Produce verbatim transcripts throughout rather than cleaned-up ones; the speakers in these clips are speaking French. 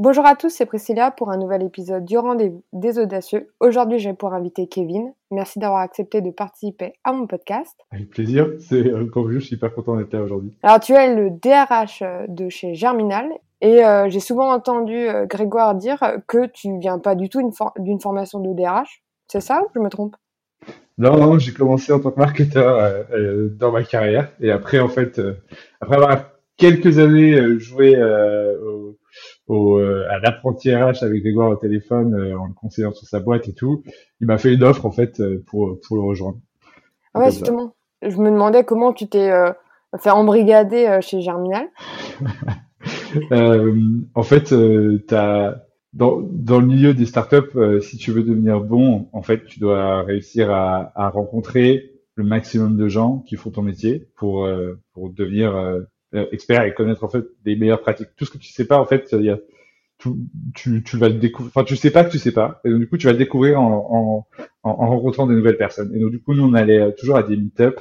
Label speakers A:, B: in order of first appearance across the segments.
A: Bonjour à tous, c'est Priscilla pour un nouvel épisode du Rendez-vous des Audacieux. Aujourd'hui, j'ai pour invité Kevin. Merci d'avoir accepté de participer à mon podcast.
B: Avec plaisir, c'est euh, comme je suis hyper content d'être là aujourd'hui.
A: Alors, tu es le D R H de chez Germinal et euh, j'ai souvent entendu euh, Grégoire dire que tu viens pas du tout d'une, for- d'une formation de D R H. C'est ça ou je me trompe?
B: Non, non, j'ai commencé en tant que marketeur euh, euh, dans ma carrière et après, en fait, euh, après avoir quelques années euh, joué euh, au, au, euh, à l'apprenti R H avec Grégoire au téléphone euh, en le conseillant sur sa boîte et tout, il m'a fait une offre en fait euh, pour pour le rejoindre.
A: Ah
B: C'est
A: ouais,
B: comme ça.
A: justement. Je me demandais comment tu t'es euh, fait embrigader euh, chez Germinal.
B: Euh, en fait, euh, t'as, dans, dans le milieu des startups, euh, si tu veux devenir bon, en fait, tu dois réussir à, à rencontrer le maximum de gens qui font ton métier pour, euh, pour devenir euh, euh, expert et connaître en fait les meilleures pratiques. Tout ce que tu sais pas, en fait, il y a tout, tu, tu vas le découvrir. Enfin, tu sais pas que tu sais pas. Et donc, du coup, tu vas le découvrir en, en, en, en rencontrant des nouvelles personnes. Et donc, du coup, nous, on allait toujours à des meet-up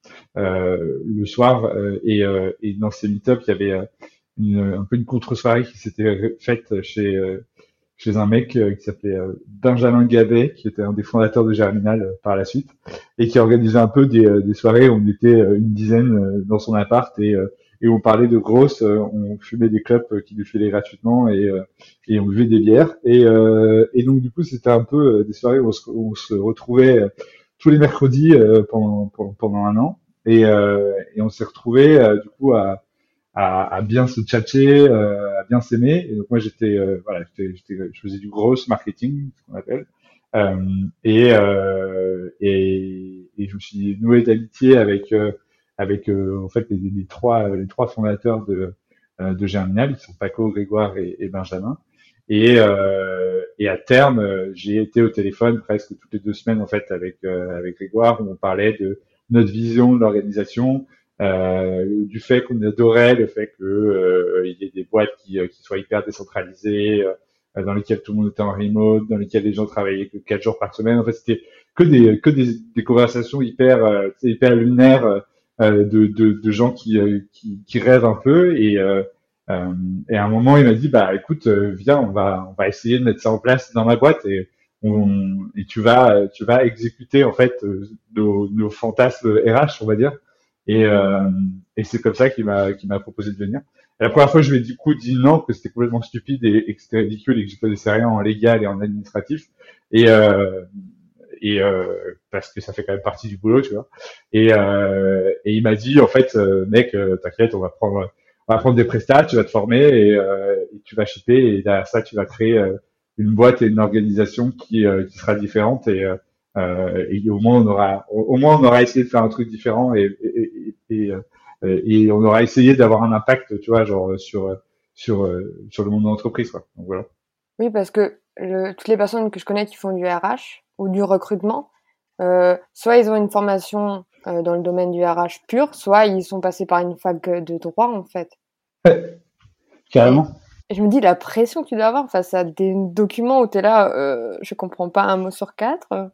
B: euh, le soir euh, et, euh, et dans ces meet-up, il y avait euh, une, un peu une contre-soirée qui s'était faite chez euh, chez un mec euh, qui s'appelait euh, Benjamin Gabet, qui était un des fondateurs de Germinal euh, par la suite, et qui organisait un peu des, euh, des soirées où on était euh, une dizaine euh, dans son appart et, euh, et on parlait de grosses, euh, on fumait des clopes euh, qui lui filaient gratuitement et, euh, et on buvait des bières. Et, euh, et donc du coup, c'était un peu euh, des soirées où on se, où on se retrouvait euh, tous les mercredis euh, pendant, pendant, pendant un an. Et, euh, et on s'est retrouvés euh, du coup à à, à bien se tchatcher, euh, à bien s'aimer. Et donc moi j'étais, euh, voilà, j'étais, j'étais, je faisais du gros marketing, ce qu'on appelle, euh, et, euh, et et je me suis noué d'amitié avec euh, avec euh, en fait les, les trois les trois fondateurs de euh, de Germinal, qui sont Paco, Grégoire et, et Benjamin. Et euh, et à terme, euh, j'ai été au téléphone presque toutes les deux semaines en fait avec euh, avec Grégoire où on parlait de notre vision de l'organisation, euh, du fait qu'on adorait le fait que euh, il y ait des boîtes qui, euh, qui soient hyper décentralisées, euh, dans lesquelles tout le monde était en remote, dans lesquelles les gens travaillaient que quatre jours par semaine. En fait, c'était que des que des, des conversations hyper euh, tu sais, hyper lunaires euh, de, de de gens qui euh, qui, qui rêvent un peu et euh, euh, et à un moment il m'a dit bah écoute euh, viens on va on va essayer de mettre ça en place dans ma boîte et on, et tu vas tu vas exécuter en fait euh, nos, nos fantasmes R H on va dire et, euh, et c'est comme ça qu'il m'a qu'il m'a proposé de venir. Et la première fois, je lui ai du coup dit non, que c'était complètement stupide et, et que c'était ridicule et que je connaissais rien en légal et en administratif. Et, euh, et euh, parce que ça fait quand même partie du boulot, tu vois. Et, euh, et il m'a dit en fait, euh, mec, euh, t'inquiète, on va prendre on va prendre des prestats, tu vas te former et, euh, et tu vas shipper et derrière ça, tu vas créer euh, une boîte et une organisation qui euh, qui sera différente et euh, euh, et au moins on aura au, au moins on aura essayé de faire un truc différent et et, et, et, euh, et on aura essayé d'avoir un impact, tu vois, genre sur sur sur le monde de l'entreprise, quoi. Donc voilà.
A: Oui, parce que le- toutes les personnes que je connais qui font du R H ou du recrutement, euh, soit ils ont une formation euh, dans le domaine du R H pur, soit ils sont passés par une fac de droit en fait.
B: Ouais,
A: Et,
B: carrément.
A: et je me dis la pression que tu dois avoir face à des documents où t'es là, euh, je comprends pas un mot sur quatre. euh.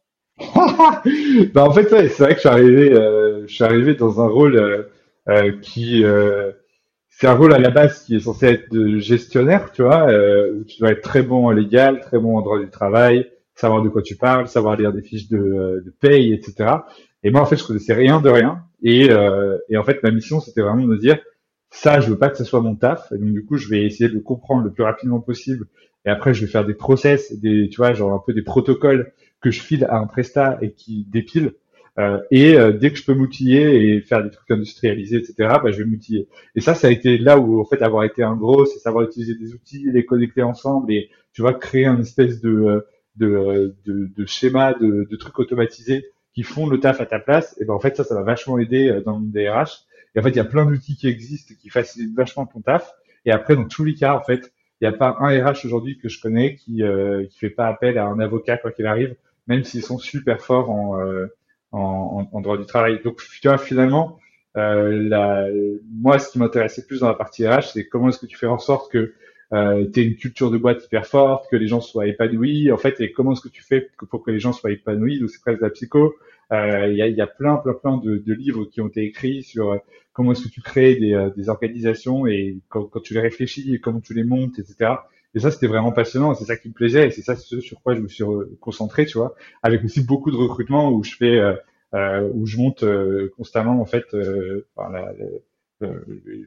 B: Bah en fait ouais, c'est vrai que je suis arrivé euh, je suis arrivé dans un rôle euh, euh, qui euh, c'est un rôle à la base qui est censé être de gestionnaire, tu vois, euh, où tu dois être très bon en légal, très bon en droit du travail, savoir de quoi tu parles, savoir lire des fiches de, euh, de paye, et cetera. Et moi, en fait, je connaissais rien de rien. Et, euh, et en fait, ma mission, c'était vraiment de me dire, ça, je veux pas que ce soit mon taf. Et donc, du coup, je vais essayer de le comprendre le plus rapidement possible. Et après, je vais faire des process, des, tu vois, genre un peu des protocoles que je file à un prestat et qui dépile. Euh, et euh, dès que je peux m'outiller et faire des trucs industrialisés, et cetera, bah, je vais m'outiller. Et ça, ça a été là où, en fait, avoir été un gros, c'est savoir utiliser des outils, les connecter ensemble et, tu vois, créer une espèce de, de, de, de schéma, de, de trucs automatisés qui font le taf à ta place. Et ben, en fait, ça, ça va vachement aider euh, dans le monde des R H. Et en fait, il y a plein d'outils qui existent qui facilitent vachement ton taf. Et après, dans tous les cas, en fait, il n'y a pas un R H aujourd'hui que je connais qui, euh, qui fait pas appel à un avocat quoi qu'il arrive, même s'ils sont super forts en, euh, en, en, en droit du travail. Donc, tu vois, finalement, euh, la, moi, ce qui m'intéressait plus dans la partie R H, c'est comment est-ce que tu fais en sorte que euh, tu aies une culture de boîte hyper forte, que les gens soient épanouis, en fait, et comment est-ce que tu fais pour que les gens soient épanouis. Donc, c'est presque de la psycho. Euh, Il y, a, y a plein, plein, plein de, de livres qui ont été écrits sur euh, comment est-ce que tu crées des, euh, des organisations et quand, quand tu les réfléchis et comment tu les montes, et cetera. Et ça, c'était vraiment passionnant. C'est ça qui me plaisait et c'est ça ce sur quoi je me suis re- concentré, tu vois. Avec aussi beaucoup de recrutement où je fais, euh, euh, où je monte euh, constamment en fait, euh, enfin, la, la, la-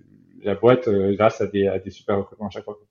B: la boîte euh, grâce à des, à des super recrutements à chaque fois.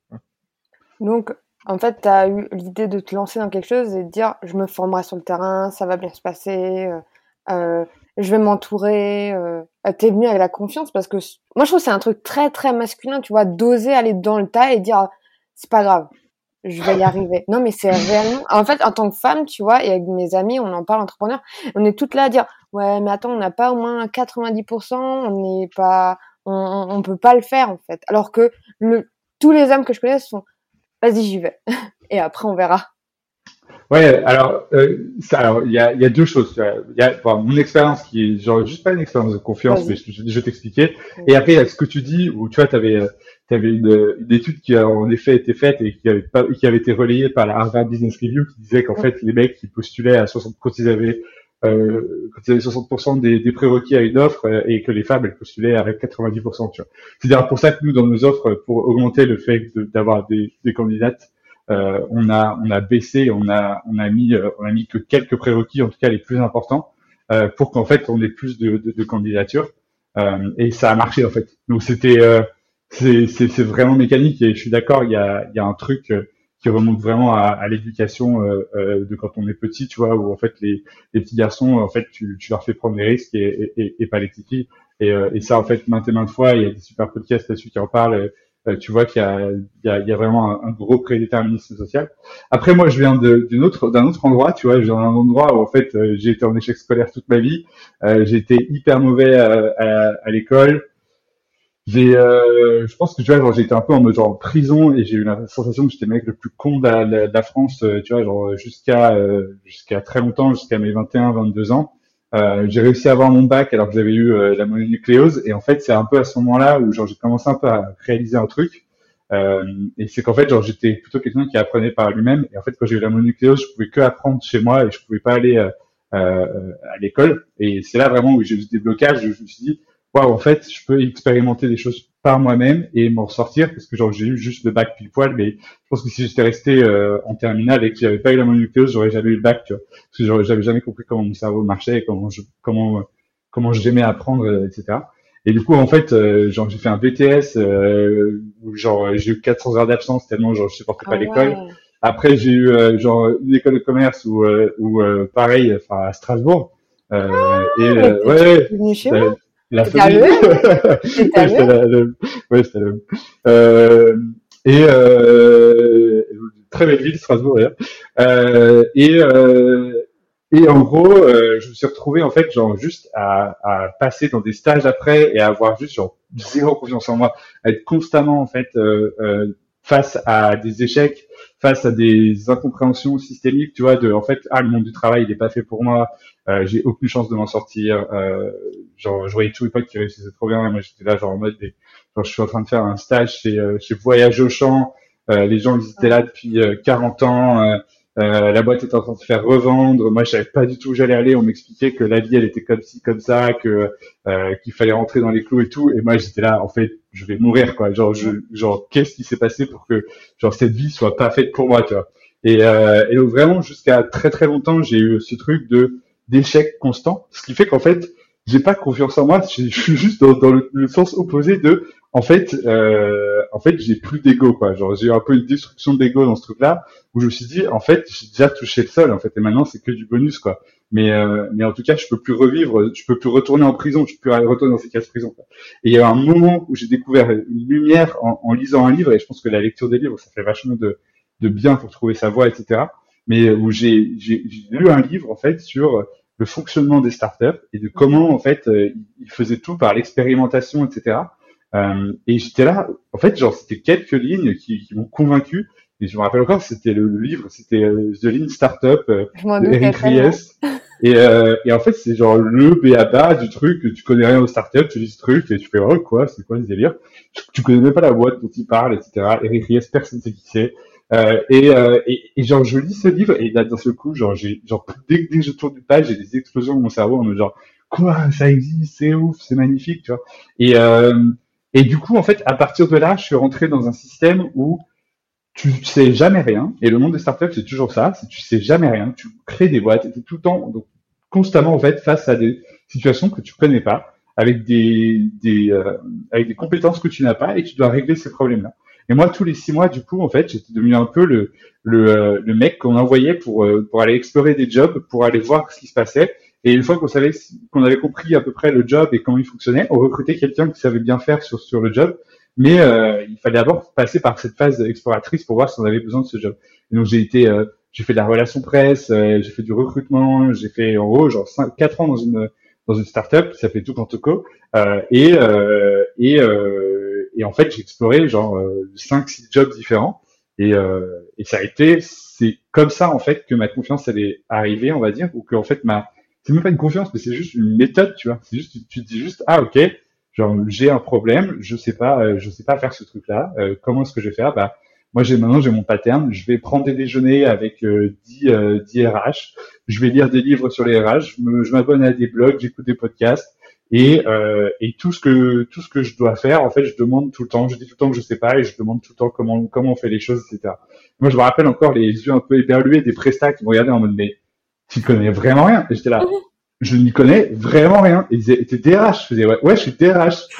A: Donc, en fait, tu as eu l'idée de te lancer dans quelque chose et de dire, je me formerai sur le terrain, ça va bien se passer, euh, euh, je vais m'entourer. Euh, euh, t'es venu avec la confiance parce que c- moi, je trouve que c'est un truc très, très masculin, tu vois, d'oser aller dans le tas et dire, c'est pas grave, je vais y arriver. Non, mais c'est réellement, en fait, en tant que femme, tu vois, et avec mes amis, on en parle entrepreneurs, on est toutes là à dire, ouais, mais attends, on n'a pas au moins quatre-vingt-dix pour cent, on n'est pas, on, on on peut pas le faire, en fait. Alors que le, tous les hommes que je connais sont, vas-y, j'y vais. Et après, on verra.
B: Ouais, alors, euh, ça, alors, il y a, il y a deux choses. Il y a, bon, mon expérience qui est, genre, juste pas une expérience de confiance, mais
A: Vas-y.
B: je, je, je vais t'expliquer. Et après, il y a ce que tu dis, où tu vois, tu avais, avais une, une étude qui a en effet été faite et qui avait pas, qui avait été relayée par la Harvard Business Review, qui disait qu'en fait, les mecs qui postulaient à soixante, quand ils avaient, euh, quand ils avaient soixante pour cent des, des prérequis à une offre, euh, et que les femmes, elles postulaient avec quatre-vingt-dix pour cent, tu vois. C'est d'ailleurs pour ça que nous, dans nos offres, pour augmenter le fait de- d'avoir des, des candidates, euh, on a on a baissé, on a on a mis euh, on a mis que quelques prérequis, en tout cas les plus importants, euh, pour qu'en fait on ait plus de, de, de candidatures. Euh, et ça a marché en fait. Donc c'était euh, c'est c'est c'est vraiment mécanique et je suis d'accord. Il y a il y a un truc euh, qui remonte vraiment à, à l'éducation euh, euh, de quand on est petit, tu vois, où en fait les les petits garçons, en fait tu tu leur fais prendre des risques et et, et, et pas les petites filles. Et, euh, et ça en fait maintes et maintes fois, il y a des super podcasts là-dessus qui en parlent. Euh, tu vois qu'il y a, il y a, il y a vraiment un, un gros prédéterminisme social. Après, moi, je viens de, d'une autre, d'un autre endroit, tu vois, je viens d'un endroit où en fait, euh, j'ai été en échec scolaire toute ma vie. Euh, j'ai été hyper mauvais à, à, à l'école. J'ai, euh, je pense que tu vois, genre, j'étais un peu en mode genre en prison et j'ai eu la sensation que j'étais le mec le plus con de la, de la France, euh, tu vois, genre jusqu'à euh, jusqu'à très longtemps, jusqu'à mes vingt et un, vingt-deux ans. Euh, j'ai réussi à avoir mon bac alors que j'avais eu euh, la mononucléose et en fait c'est un peu à ce moment-là où genre j'ai commencé un peu à réaliser un truc euh, et c'est qu'en fait genre j'étais plutôt quelqu'un qui apprenait par lui-même et en fait quand j'ai eu la mononucléose je pouvais que apprendre chez moi et je pouvais pas aller euh, euh, à l'école et c'est là vraiment où j'ai eu ce déblocage. Je me suis dit waouh, en fait, je peux expérimenter des choses par moi-même et m'en sortir parce que genre j'ai eu juste le bac pile poil, mais je pense que si j'étais resté euh, en terminale et que j'avais pas eu la mononucléose, j'aurais jamais eu le bac, tu vois, parce que j'aurais- j'avais jamais compris comment mon cerveau marchait et comment je comment euh, comment j'aimais apprendre, euh, et cetera. Et du coup, en fait, euh, genre j'ai fait un B T S euh, où genre j'ai eu quatre cents heures d'absence tellement genre je supportais
A: Ah
B: pas l'école.
A: ouais.
B: Après, j'ai eu euh, genre une école de commerce où euh, où euh, pareil, enfin à Strasbourg. Euh, et
A: Ah, mais
B: euh,
A: t'es- tu
B: ouais,
A: es venu chez moi?
B: ouais, la
A: T'étais à
B: famille.
A: l'E M? T'étais à
B: Ouais, c'était
A: l'E M?
B: la, le, ouais, c'était le, euh, et, euh, très belle ville, Strasbourg, d'ailleurs. Euh, et, euh, et en gros, euh, je me suis retrouvé, en fait, genre, juste à, à passer dans des stages après et à avoir juste, genre, zéro confiance en moi, à être constamment, en fait, euh, euh, face à des échecs, face à des incompréhensions systémiques, tu vois, de, en fait, ah, le monde du travail, il est pas fait pour moi, euh, j'ai aucune chance de m'en sortir, euh, genre, je voyais tous les potes qui réussissaient trop bien, et moi, j'étais là, genre, en mode, des, genre, je suis en train de faire un stage chez, euh, chez Voyage au Champ, euh, les gens, ils étaient là depuis euh, quarante ans, euh, euh, la boîte était en train de se faire revendre. Moi, je savais pas du tout où j'allais aller. On m'expliquait que la vie, elle était comme ci, comme ça, que euh, qu'il fallait rentrer dans les clous et tout. Et moi, j'étais là, en fait, je vais mourir, quoi. Genre, je, genre, qu'est-ce qui s'est passé pour que, genre, cette vie soit pas faite pour moi, tu vois. Et, euh, et donc vraiment, jusqu'à très très longtemps, j'ai eu ce truc de d'échec constant, ce qui fait qu'en fait, j'ai pas confiance en moi. Je suis juste dans, dans le, le sens opposé de, en fait, euh, en fait, j'ai plus d'ego, quoi. Genre, j'ai eu un peu une destruction d'ego dans ce truc-là où je me suis dit, en fait, j'ai déjà touché le sol, en fait, et maintenant c'est que du bonus, quoi. Mais, euh, mais en tout cas, je peux plus revivre, je peux plus retourner en prison, je peux plus retourner dans ces cases prison, quoi. Et il y a eu un moment où j'ai découvert une lumière en, en lisant un livre, et je pense que la lecture des livres, ça fait vachement de, de bien pour trouver sa voie, et cetera. Mais où j'ai, j'ai, j'ai lu un livre, en fait, sur le fonctionnement des startups et de comment, en fait, euh, ils faisaient tout par l'expérimentation, et cetera. Euh, et j'étais là, en fait, genre, c'était quelques lignes qui, qui m'ont convaincu. Et je me rappelle encore, c'était le, le livre, c'était euh, The Lean Startup euh,
A: Je m'en
B: de
A: doutais
B: Eric
A: tellement.
B: Ries. Et, euh, et en fait, c'est genre le b a ba du truc. Tu connais rien aux startups, tu lis ce truc et tu fais oh quoi, c'est quoi ce délire? Tu, tu connais même pas la boîte dont il parle, et cetera. Eric Ries, personne ne sait qui c'est. Euh, et, euh, et, et genre je lis ce livre et là d'un seul coup, genre j'ai genre dès, dès que je tourne une page, j'ai des explosions dans mon cerveau en me genre quoi, ça existe, c'est ouf, c'est magnifique, tu vois. Et euh, et du coup, en fait, à partir de là, je suis rentré dans un système où tu sais jamais rien. Et le monde des startups, c'est toujours ça. C'est tu sais jamais rien. Tu crées des boîtes. Et t'es tout le temps, donc, constamment, en fait, face à des situations que tu connais pas, avec des, des, euh, avec des compétences que tu n'as pas et tu dois régler ces problèmes-là. Et moi, tous les six mois, du coup, en fait, j'étais devenu un peu le, le, euh, le mec qu'on envoyait pour, euh, pour aller explorer des jobs, pour aller voir ce qui se passait. Et une fois qu'on savait, qu'on avait compris à peu près le job et comment il fonctionnait, on recrutait quelqu'un qui savait bien faire sur, sur le job. Mais euh, il fallait d'abord passer par cette phase exploratrice pour voir si on avait besoin de ce job. Et donc j'ai été, euh, j'ai fait de la relation presse, euh, j'ai fait du recrutement, j'ai fait en gros genre cinq, quatre ans dans une dans une startup qui s'appelait Tout Toco, euh, et euh, et euh, et en fait j'ai exploré genre euh, cinq six jobs différents et euh, et ça a été c'est comme ça en fait que ma confiance elle est arrivée on va dire ou que en fait ma c'est même pas une confiance mais c'est juste une méthode tu vois c'est juste tu te dis juste ah ok genre j'ai un problème, je sais pas, euh, je sais pas faire ce truc-là. Euh, comment est-ce que je vais faire? Bah moi j'ai maintenant j'ai mon pattern. Je vais prendre des déjeuners avec euh, dix, euh, dix R H. Je vais lire des livres sur les R H. Je, me, je m'abonne à des blogs, j'écoute des podcasts et euh, et tout ce que tout ce que je dois faire en fait je demande tout le temps. Je dis tout le temps que je sais pas et je demande tout le temps comment comment on fait les choses et cetera. Moi je me rappelle encore les yeux un peu éberlués des prestats qui me regardaient en mode mais tu connais vraiment rien. Et j'étais là. Je n'y connais vraiment rien. Et ils étaient D R H. Je faisais, ouais, ouais, je suis D R H.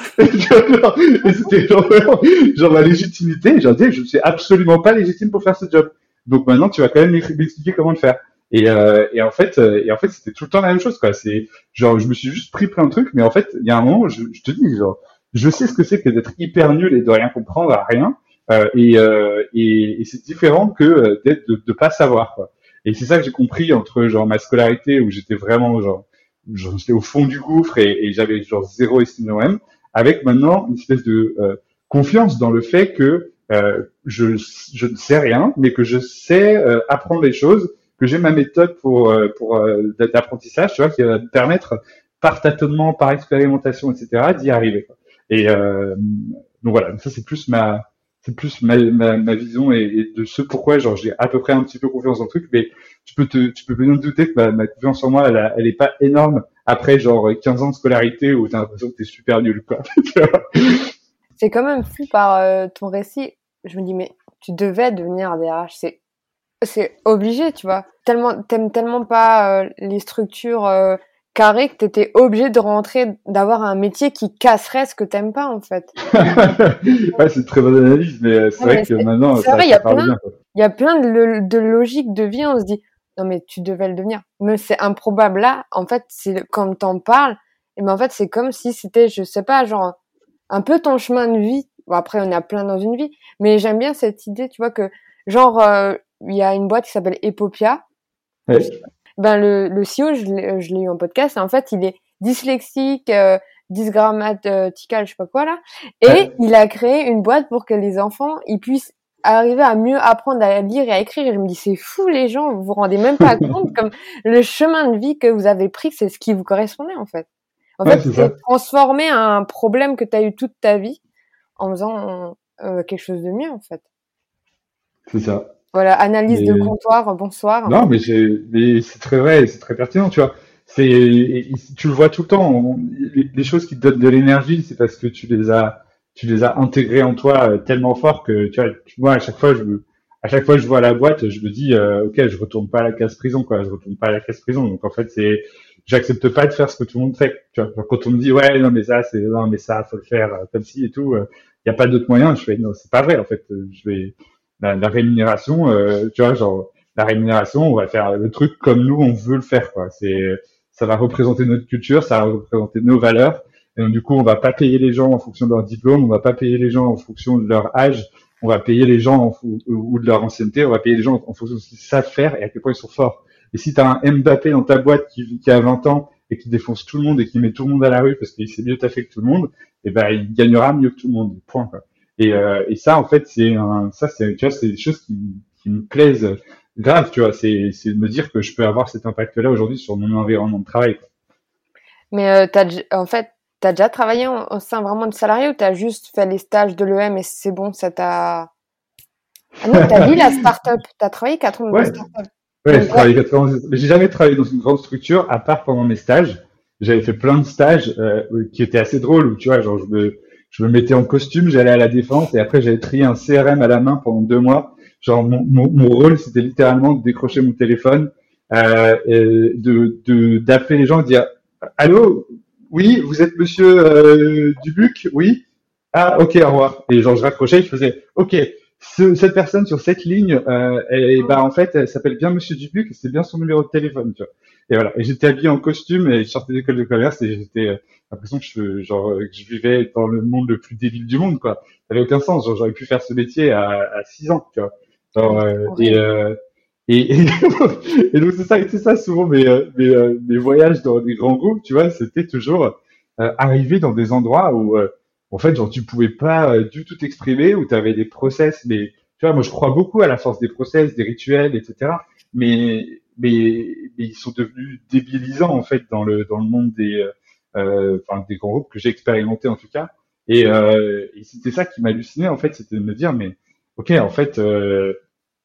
B: Et c'était genre, genre ma légitimité. Genre, je ne suis absolument pas légitime pour faire ce job. Donc maintenant, tu vas quand même m'expliquer comment le faire. Et, euh, et en fait, et en fait, c'était tout le temps la même chose, quoi. C'est genre, je me suis juste pris plein de trucs, mais en fait, il y a un moment, je, je te dis, genre, je sais ce que c'est que d'être hyper nul et de rien comprendre à rien. Euh, et, euh, et, et c'est différent que d'être de, de pas savoir, quoi. Et c'est ça que j'ai compris entre genre ma scolarité où j'étais vraiment genre j'étais au fond du gouffre et, et j'avais genre zéro estime de moi-même, avec maintenant une espèce de euh, confiance dans le fait que euh, je, je ne sais rien, mais que je sais euh, apprendre les choses, que j'ai ma méthode pour euh, pour euh, d'apprentissage, tu vois, qui va me permettre par tâtonnement, par expérimentation, et cetera, d'y arriver, quoi. Et euh, donc voilà, ça c'est plus ma c'est plus ma, ma, ma vision et, et de ce pourquoi genre j'ai à peu près un petit peu confiance dans le truc, mais tu peux te, tu peux bien te douter que ma, ma confiance en moi, elle, a, elle est pas énorme après genre quinze ans de scolarité où t'as l'impression que t'es super nul, quoi.
A: C'est quand même fou par euh, ton récit. Je me dis, mais tu devais devenir D R H. C'est, c'est obligé, tu vois. Tellement, t'aimes tellement pas euh, les structures euh, carrées que t'étais obligé de rentrer, d'avoir un métier qui casserait ce que t'aimes pas, en fait.
B: Ouais, c'est une très bonne analyse, mais c'est ouais, vrai que c'est, maintenant,
A: c'est
B: ça,
A: vrai,
B: ça
A: y a
B: parle
A: plein,
B: bien, quoi.
A: Il y a plein de, de logiques de vie, on se dit, non mais tu devais le devenir. Mais c'est improbable là, en fait, c'est comme t'en parles, et ben en fait c'est comme si c'était, je sais pas, genre un peu ton chemin de vie. Bon après on a plein dans une vie, mais j'aime bien cette idée, tu vois que genre il euh, y a une boîte qui s'appelle Epopia.
B: Ouais.
A: Ben le, le C E O, je l'ai, je l'ai eu en podcast, et en fait il est dyslexique, euh, dysgrammatical, je sais pas quoi là, et ouais. Il a créé une boîte pour que les enfants ils puissent arriver à mieux apprendre à lire et à écrire. Et je me dis, c'est fou les gens, vous vous rendez même pas compte comme le chemin de vie que vous avez pris, c'est ce qui vous correspondait en fait. En
B: ouais,
A: fait, c'est, c'est transformer un problème que tu as eu toute ta vie en faisant euh, quelque chose de mieux en fait.
B: C'est ça.
A: Voilà, analyse mais... de comptoir, bonsoir.
B: Non, mais, mais c'est très vrai, c'est très pertinent, tu vois. C'est, tu le vois tout le temps. On, les, les choses qui te donnent de l'énergie, c'est parce que tu les as tu les as intégrés en toi tellement fort que tu vois, moi à chaque fois je à chaque fois je vois la boîte, je me dis euh, ok, je retourne pas à la case prison, quoi, je retourne pas à la case prison. Donc en fait c'est, j'accepte pas de faire ce que tout le monde fait, tu vois. Genre, quand on me dit ouais non mais ça c'est non mais ça faut le faire comme ci et tout, il euh, y a pas d'autre moyen, je fais non c'est pas vrai en fait, je vais la, la rémunération, euh, tu vois, genre la rémunération on va faire le truc comme nous on veut le faire, quoi. C'est, ça va représenter notre culture, ça va représenter nos valeurs. Et donc, du coup, on va pas payer les gens en fonction de leur diplôme, on va pas payer les gens en fonction de leur âge, on va payer les gens en fou- ou de leur ancienneté, on va payer les gens en fonction de ce qu'ils savent faire et à quel point ils sont forts. Et si tu as un Mbappé dans ta boîte qui, qui a vingt ans et qui défonce tout le monde et qui met tout le monde à la rue parce qu'il sait mieux taffer que tout le monde, eh ben il gagnera mieux que tout le monde. Point, quoi. Et, euh, et ça, en fait, c'est un, ça, c'est, tu vois, c'est des choses qui, qui me plaisent grave, tu vois. C'est, c'est de me dire que je peux avoir cet impact-là aujourd'hui sur mon environnement de travail, quoi.
A: Mais euh, t'as, en fait, t'as déjà travaillé au sein vraiment de salarié ou t'as juste fait les stages de l'E M et c'est bon, ça t'a... Ah non, t'as dit la start-up. T'as travaillé quatre ans dans
B: ouais.
A: une start-up.
B: Ouais, j'ai travaillé quatre ans, mais j'ai jamais travaillé dans une grande structure à part pendant mes stages. J'avais fait plein de stages euh, qui étaient assez drôles où tu vois, genre je me, je me mettais en costume, j'allais à la défense et après j'avais trié un C R M à la main pendant deux mois Genre mon, mon, mon rôle, c'était littéralement de décrocher mon téléphone, euh, et de de d'appeler les gens, et de dire allô, oui, vous êtes Monsieur euh, Dubuc, oui. Ah, ok, au revoir. Et genre je raccrochais, je faisais ok. Ce, cette personne sur cette ligne, euh, et, et bah en fait, elle s'appelle bien Monsieur Dubuc, et c'est bien son numéro de téléphone, tu vois. Et voilà. Et j'étais habillé en costume et je sortais d'école de commerce et j'étais euh, l'impression que je genre euh, que je vivais dans le monde le plus débile du monde, quoi. Ça avait aucun sens. Genre j'aurais pu faire ce métier à, à six ans, tu vois.
A: Ouais,
B: Genre,
A: c'est
B: euh, et,
A: horrible.
B: euh, et, et, et donc c'est ça, c'est ça souvent mes, euh, mes, euh, mes voyages dans des grands groupes, tu vois, c'était toujours euh, arriver dans des endroits où euh, en fait genre tu pouvais pas euh, du tout t'exprimer, où tu avais des process, mais tu vois, moi je crois beaucoup à la force des process, des rituels, et cetera. Mais mais, mais ils sont devenus débilisants en fait dans le dans le monde des euh, enfin des grands groupes que j'ai expérimenté en tout cas. Et, euh, et c'était ça qui m'hallucinait en fait, c'était de me dire mais ok en fait euh,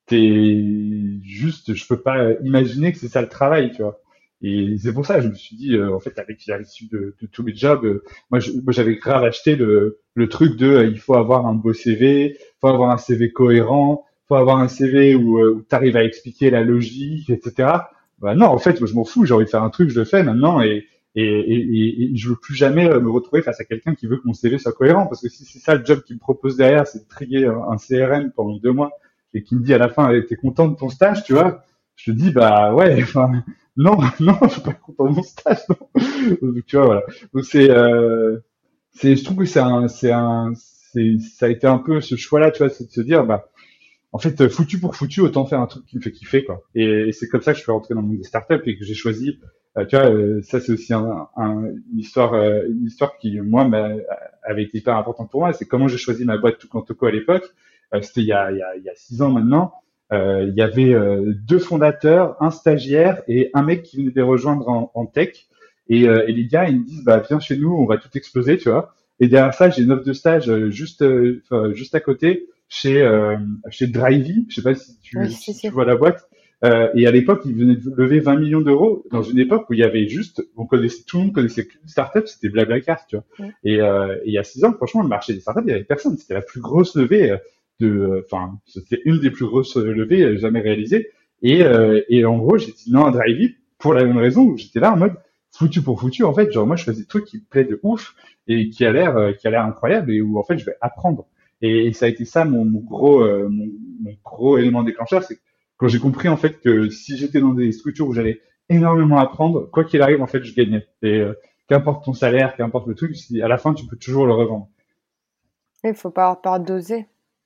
B: t'es juste, je peux pas imaginer que c'est ça le travail, tu vois. Et c'est pour ça que je me suis dit, euh, en fait, avec à l'issue de, de tous mes jobs, euh, moi, je- moi, j'avais grave acheté le, le truc de, euh, il faut avoir un beau C V, faut avoir un C V cohérent, faut avoir un C V où, euh, où t'arrives à expliquer la logique, et cetera. Bah non, en fait, moi, je m'en fous, j'ai envie de faire un truc, je le fais maintenant, et et, et, et, et je veux plus jamais euh, me retrouver face à quelqu'un qui veut que mon C V soit cohérent, parce que si c'est ça le job qu'il me propose derrière, c'est de trier un, un C R M pendant deux mois et qui me dit à la fin, t'es content de ton stage, tu vois, je te dis, bah ouais, enfin, non, non, je suis pas content de mon stage, non. Donc, tu vois, voilà. Donc c'est, euh, c'est, je trouve que c'est un, c'est un, c'est, ça a été un peu ce choix-là, tu vois, c'est de se dire, bah, en fait, euh, foutu pour foutu, autant faire un truc qui me fait kiffer, quoi. Et, et c'est comme ça que je suis rentré dans le monde des startups et que j'ai choisi, euh, tu vois, euh, ça c'est aussi un, un- une histoire, euh, une histoire qui, moi, m'a- avait été hyper importante pour moi. C'est comment j'ai choisi ma boîte Toucan Toco à l'époque. Euh, c'était il y a, il y a, il y a six ans maintenant. Euh, il y avait euh, deux fondateurs, un stagiaire et un mec qui venait de les rejoindre en, en tech. Et, euh, et les gars, ils me disent, bah viens chez nous, on va tout exploser, tu vois. Et derrière ça, j'ai une offre de stage euh, juste, euh, enfin, juste à côté chez euh, chez Drivey, je sais pas si
A: Oui,
B: tu,
A: si,
B: si tu
A: si.
B: vois la boîte. Euh, et à l'époque, ils venaient de lever vingt millions d'euros dans une époque où il y avait juste, on connaissait, tout le monde connaissait qu'une startup, c'était Blablacar, tu vois.
A: Mm.
B: Et, euh, et il y a six ans, franchement, le marché des startups, il y avait personne. C'était la plus grosse levée euh, de, enfin, c'était une des plus grosses levées euh, jamais réalisées. Et, euh, et en gros, j'ai dit non à Drivey pour la même raison où j'étais là en mode foutu pour foutu. En fait, genre moi, je faisais des trucs qui me plaisent de ouf et qui a l'air, euh, qui a l'air incroyable et où en fait, je vais apprendre. Et, et ça a été ça mon, mon gros, euh, mon, mon gros élément déclencheur, c'est quand j'ai compris en fait que si j'étais dans des structures où j'allais énormément apprendre, quoi qu'il arrive, en fait, je gagnais. Et euh, qu'importe ton salaire, qu'importe le truc, si à la fin tu peux toujours le revendre.
A: Il faut pas avoir peur d'oser.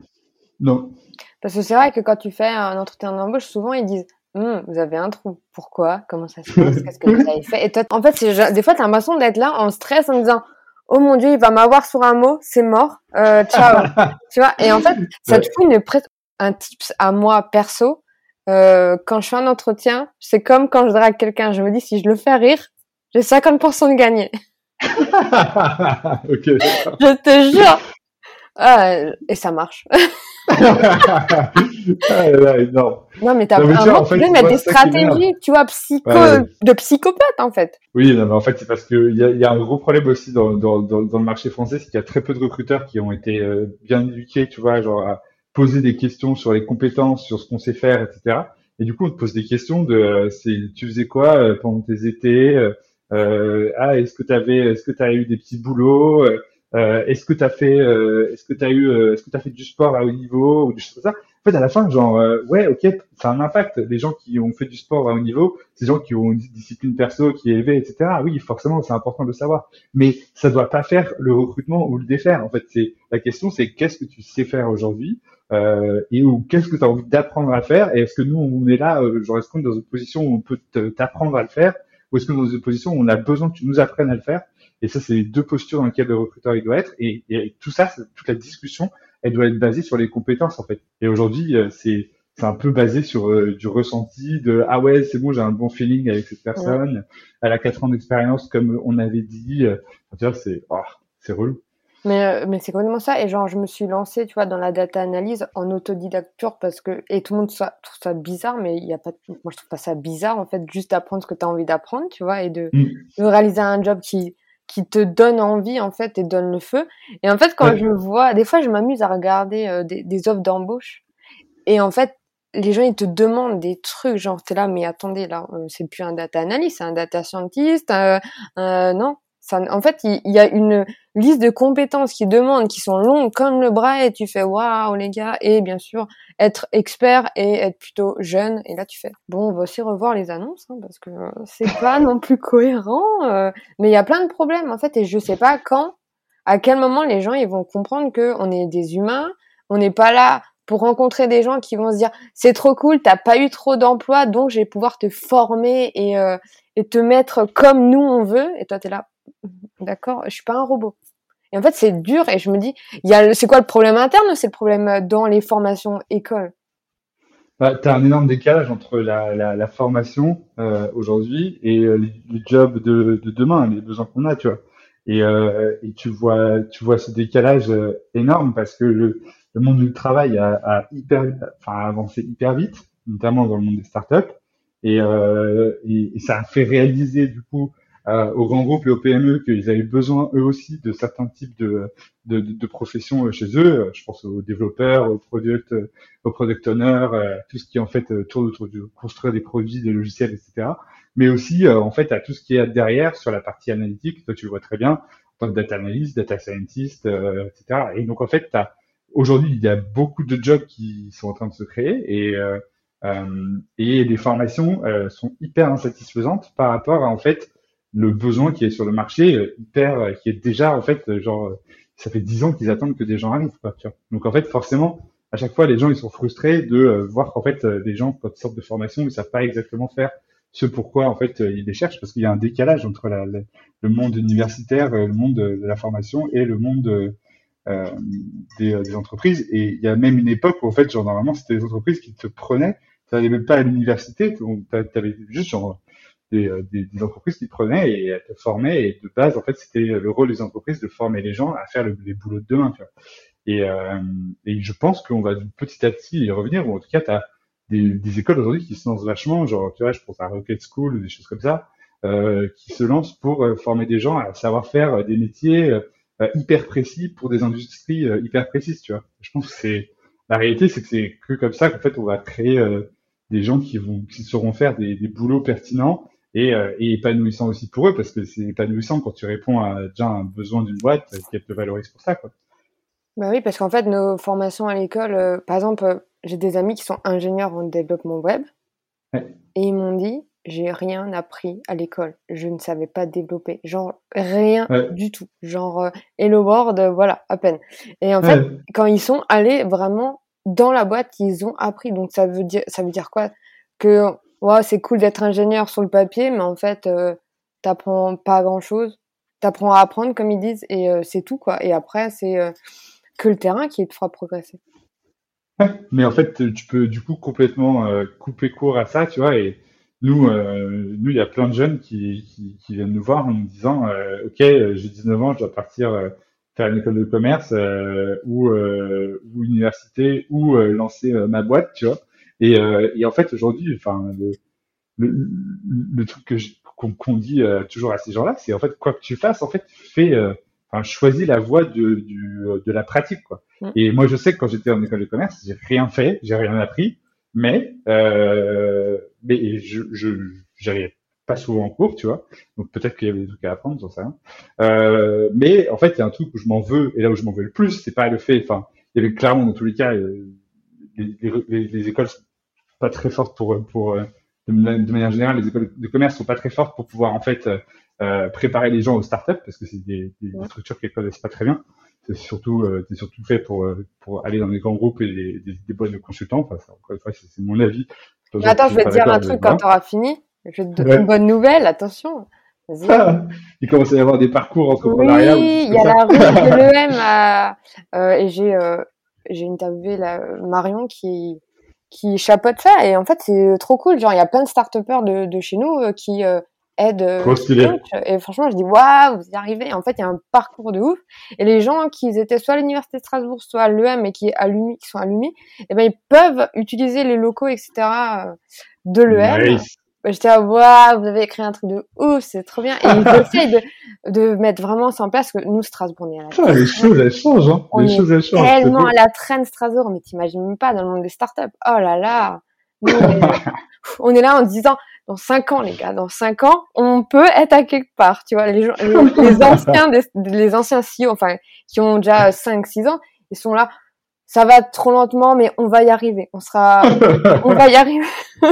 B: Non.
A: Parce que c'est vrai que quand tu fais un entretien d'embauche, souvent ils disent Hum, vous avez un trou. Pourquoi? Comment ça se passe? Qu'est-ce que vous avez fait? Et toi, en fait, c'est, des fois, t'as l'impression d'être là en stress en disant oh mon Dieu, il va m'avoir sur un mot, c'est mort, euh, ciao. Tu vois? Et en fait, ça te
B: Ouais.
A: fout une presse. Un tips à moi perso, euh, quand je fais un entretien, c'est comme quand je drague quelqu'un. Je me dis si je le fais rire, j'ai cinquante pour cent de gagné.
B: Ok, d'accord.
A: Je te jure. Ah, et ça marche.
B: Ah là là, énorme.
A: Non, mais t'as
B: Non mais tu vois,
A: vraiment
B: en fait,
A: besoin de mettre
B: moi,
A: des
B: c'est ça qui m'énerve.
A: stratégies, tu vois, psycho,
B: Ouais.
A: de psychopathe, en fait.
B: Oui, non, mais en fait, c'est parce que il y a, il y a un gros problème aussi dans, dans, dans, dans le marché français, c'est qu'il y a très peu de recruteurs qui ont été euh, bien éduqués, tu vois, genre à poser des questions sur les compétences, sur ce qu'on sait faire, et cetera. Et du coup, on te pose des questions de, euh, c'est, tu faisais quoi euh, pendant tes étés euh, euh, Ah, est-ce que t'avais, est-ce que t'as eu des petits boulots euh, euh, Est-ce que t'as fait, euh, est-ce que t'as eu, euh, est-ce que t'as fait du sport à haut niveau ou des choses comme ça En fait, à la fin, genre, euh, ouais, ok, ça a un impact. Les gens qui ont fait du sport à haut niveau, ces gens qui ont une discipline perso qui est élevée, et cetera. Oui, forcément, c'est important de le savoir. Mais ça doit pas faire le recrutement ou le défaire. En fait, c'est la question, c'est qu'est-ce que tu sais faire aujourd'hui euh, et ou qu'est-ce que tu as envie d'apprendre à faire. Et est-ce que nous, on est là, euh, genre, est-ce qu'on est dans une position où on peut te- t'apprendre à le faire, ou est-ce que dans une position où on a besoin que tu nous apprennes à le faire. Et ça, c'est les deux postures dans lesquelles le recruteur il doit être. Et, et tout ça, c'est- toute la discussion, elle doit être basée sur les compétences en fait. Et aujourd'hui, euh, c'est c'est un peu basé sur euh, du ressenti de ah ouais c'est bon j'ai un bon feeling avec cette
A: Mm.
B: personne elle a quatre ans d'expérience comme on avait dit euh, tu vois c'est oh, c'est relou.
A: Mais, euh, mais c'est complètement ça. Et genre, je me suis lancée, tu vois, dans la data analyse en autodidacte pure parce que, et tout le monde ça- trouve ça bizarre, mais il y a pas, de- moi je trouve pas ça bizarre, en fait, juste d'apprendre ce que tu as envie d'apprendre, tu vois, et de,
B: Mm.
A: de réaliser un job qui, qui te donne envie, en fait, et donne le feu. Et en fait, quand je
B: Ouais.
A: vois, des fois, je m'amuse à regarder euh, des, des offres d'embauche. et en fait, les gens, ils te demandent des trucs, genre, t'es là, mais attendez, là, euh, c'est plus un data analyst, c'est un data scientist, euh, euh, non. Ça, en fait, il, il y a une liste de compétences qui demandent, qui sont longues comme le bras, et tu fais, waouh, les gars, et bien sûr, être expert et être plutôt jeune, et là, tu fais, bon, on va aussi revoir les annonces, hein, parce que euh, c'est pas non plus cohérent, euh, mais il y a plein de problèmes, en fait, et je sais pas quand, à quel moment les gens, ils vont comprendre que on est des humains, on n'est pas là pour rencontrer des gens qui vont se dire c'est trop cool, t'as pas eu trop d'emplois, donc je vais pouvoir te former et, euh, et te mettre comme nous on veut. Et toi t'es là, d'accord, je suis pas un robot. Et en fait c'est dur et je me dis, il y a, c'est quoi le problème interne ou c'est le problème dans les formations écoles?
B: Bah, tu as un énorme décalage entre la, la, la formation euh, aujourd'hui et euh, les, les jobs de, de demain, les besoins qu'on a, tu vois. Et, euh, et tu vois, tu vois ce décalage euh, énorme parce que le, le monde du travail a, a hyper, enfin, a avancé hyper vite, notamment dans le monde des startups. Et, euh, et, et ça a fait réaliser du coup euh, aux grands groupes et aux P M E qu'ils avaient besoin eux aussi de certains types de, de, de, de professions euh, chez eux. Je pense aux développeurs, aux product, aux product owners, euh, tout ce qui en fait euh, tourne autour de construire des produits, des logiciels, et cetera. Mais aussi euh, en fait à tout ce qui est derrière sur la partie analytique. Toi tu le vois très bien en tant que data analyst, data scientist, euh, et cetera. Et donc en fait t'as aujourd'hui il y a beaucoup de jobs qui sont en train de se créer et euh, euh, et les formations euh, sont hyper insatisfaisantes par rapport à en fait le besoin qui est sur le marché, euh, hyper euh, qui est déjà en fait euh, genre euh, ça fait dix ans qu'ils attendent que des gens arrivent quoi, tu vois. Donc en fait forcément à chaque fois les gens ils sont frustrés de euh, voir qu'en fait euh, les gens quand ils sortent de formation ils savent pas exactement faire ce pourquoi en fait euh, ils les cherchent parce qu'il y a un décalage entre la, la- le monde universitaire, euh, le monde de, de la formation et le monde euh, euh, des, euh, des entreprises. Et il y a même une époque où en fait genre normalement c'était les entreprises qui te prenaient, tu n'allais même pas à l'université, tu avais juste genre des, euh, des, des entreprises qui te prenaient et elles te formaient et de base en fait c'était le rôle des entreprises de former les gens à faire le, les boulots de demain, tu vois. Et, euh, et je pense qu'on va petit à petit y revenir, ou en tout cas, tu as des, des écoles aujourd'hui qui se lancent vachement, genre, tu vois, je pense à Rocket School ou des choses comme ça, euh, qui se lancent pour euh, former des gens à savoir faire euh, des métiers euh, hyper précis pour des industries euh, hyper précises, tu vois. Je pense que c'est la réalité, c'est que c'est que comme ça qu'en fait, on va créer euh, des gens qui vont, qui sauront faire des, des boulots pertinents et, euh, et épanouissants aussi pour eux, parce que c'est épanouissant quand tu réponds à déjà un besoin d'une boîte euh, qu'elle te valorise pour ça, quoi.
A: Bah oui, parce qu'en fait, nos formations à l'école, euh, par exemple, euh, j'ai des amis qui sont ingénieurs en développement web
B: Ouais.
A: et ils m'ont dit, j'ai rien appris à l'école. Je ne savais pas développer. Genre, rien
B: Ouais.
A: du tout. Genre, euh, Hello World, euh, voilà, à peine. Et en fait,
B: Ouais.
A: quand ils sont allés vraiment dans la boîte, ils ont appris. Donc, ça veut dire, ça veut dire quoi? Que, ouais, c'est cool d'être ingénieur sur le papier, mais en fait, euh, t'apprends pas grand-chose. T'apprends à apprendre, comme ils disent, et euh, c'est tout, quoi. Et après, c'est euh, que le terrain qui te fera progresser.
B: Ouais, mais en fait, tu peux du coup complètement euh, couper court à ça, tu vois. Et nous, euh, nous, il y a plein de jeunes qui, qui, qui viennent nous voir en nous disant, euh, OK, euh, j'ai dix-neuf ans, je dois partir euh, faire une école de commerce euh, ou, euh, ou université ou euh, lancer euh, ma boîte, tu vois. Et, euh, et en fait, aujourd'hui, enfin, le, le, le truc que je- qu'on qu'on dit euh, toujours à ces gens-là, c'est en fait quoi que tu fasses, en fait, fais, euh, enfin, choisis la voie de, du, de la pratique, quoi.
A: Mm.
B: Et moi, je sais que quand j'étais en école de commerce, j'ai rien fait, j'ai rien appris, mais euh, mais je je j'arrivais pas souvent en cours, tu vois. Donc peut-être qu'il y avait des trucs à apprendre, j'en sais rien. Euh, mais en fait, il y a un truc où je m'en veux, et là où je m'en veux le plus, c'est pas le fait. Enfin, il y avait clairement dans tous les cas, euh, les, les, les écoles sont pas très fortes pour pour euh, de, de manière générale, les écoles de commerce sont pas très fortes pour pouvoir en fait euh, euh, préparer les gens aux startups parce que c'est des, des, des
A: Mm.
B: structures qu'elles connaissent pas très bien. C'est surtout, euh, c'est surtout fait pour euh, pour aller dans des grands groupes et des, des, des boîtes de consultants. Enfin, ça, encore une fois, c'est c'est mon avis. Plein de
A: Mais
B: gens
A: attends,
B: qui
A: je
B: sont
A: vais te
B: pas
A: dire un
B: d'accord, mais
A: truc quand
B: voilà.
A: tu auras fini. Je vais te donner une
B: Ouais.
A: bonne nouvelle, attention. Vas-y.
B: Il commence à y avoir des parcours entrepreneuriaux ou des
A: Oui,
B: choses
A: il y
B: comme
A: a
B: ça.
A: la rue de l'E M à, euh, et j'ai euh, j'ai interviewé la, Marion qui qui chapeaute ça et en fait c'est trop cool. Genre il y a plein de start-upers de, de chez nous euh, qui euh, aident, euh,
B: Trop
A: qui
B: stylé.
A: coachent et franchement je dis waouh vous y arrivez. En fait il y a un parcours de ouf et les gens qui étaient soit à l'université de Strasbourg soit à l'E M et qui est allumé, qui sont allumés, et ben ils peuvent utiliser les locaux et cetera euh, de l'E M
B: Nice.
A: bah, j'étais à waouh, vous avez créé un truc de ouf, c'est trop bien. Et ils essayent de, de mettre vraiment ça en place, que nous, Strasbourg, on est à la
B: Putain, les choses, elles changent, hein.
A: on
B: Les
A: est
B: choses, elles changent. C'est
A: tellement
B: beau.
A: à la traîne Strasbourg, mais t'imagines même pas dans le monde des startups. Oh là là. Nous, on, est, on est là en se disant, dans cinq ans, les gars, dans cinq ans, on peut être à quelque part, tu vois. Les, gens, les, les anciens, des, les anciens C E O, enfin, qui ont déjà cinq six ans, ils sont là. Ça va trop lentement, mais on va y arriver. On sera, on va y arriver.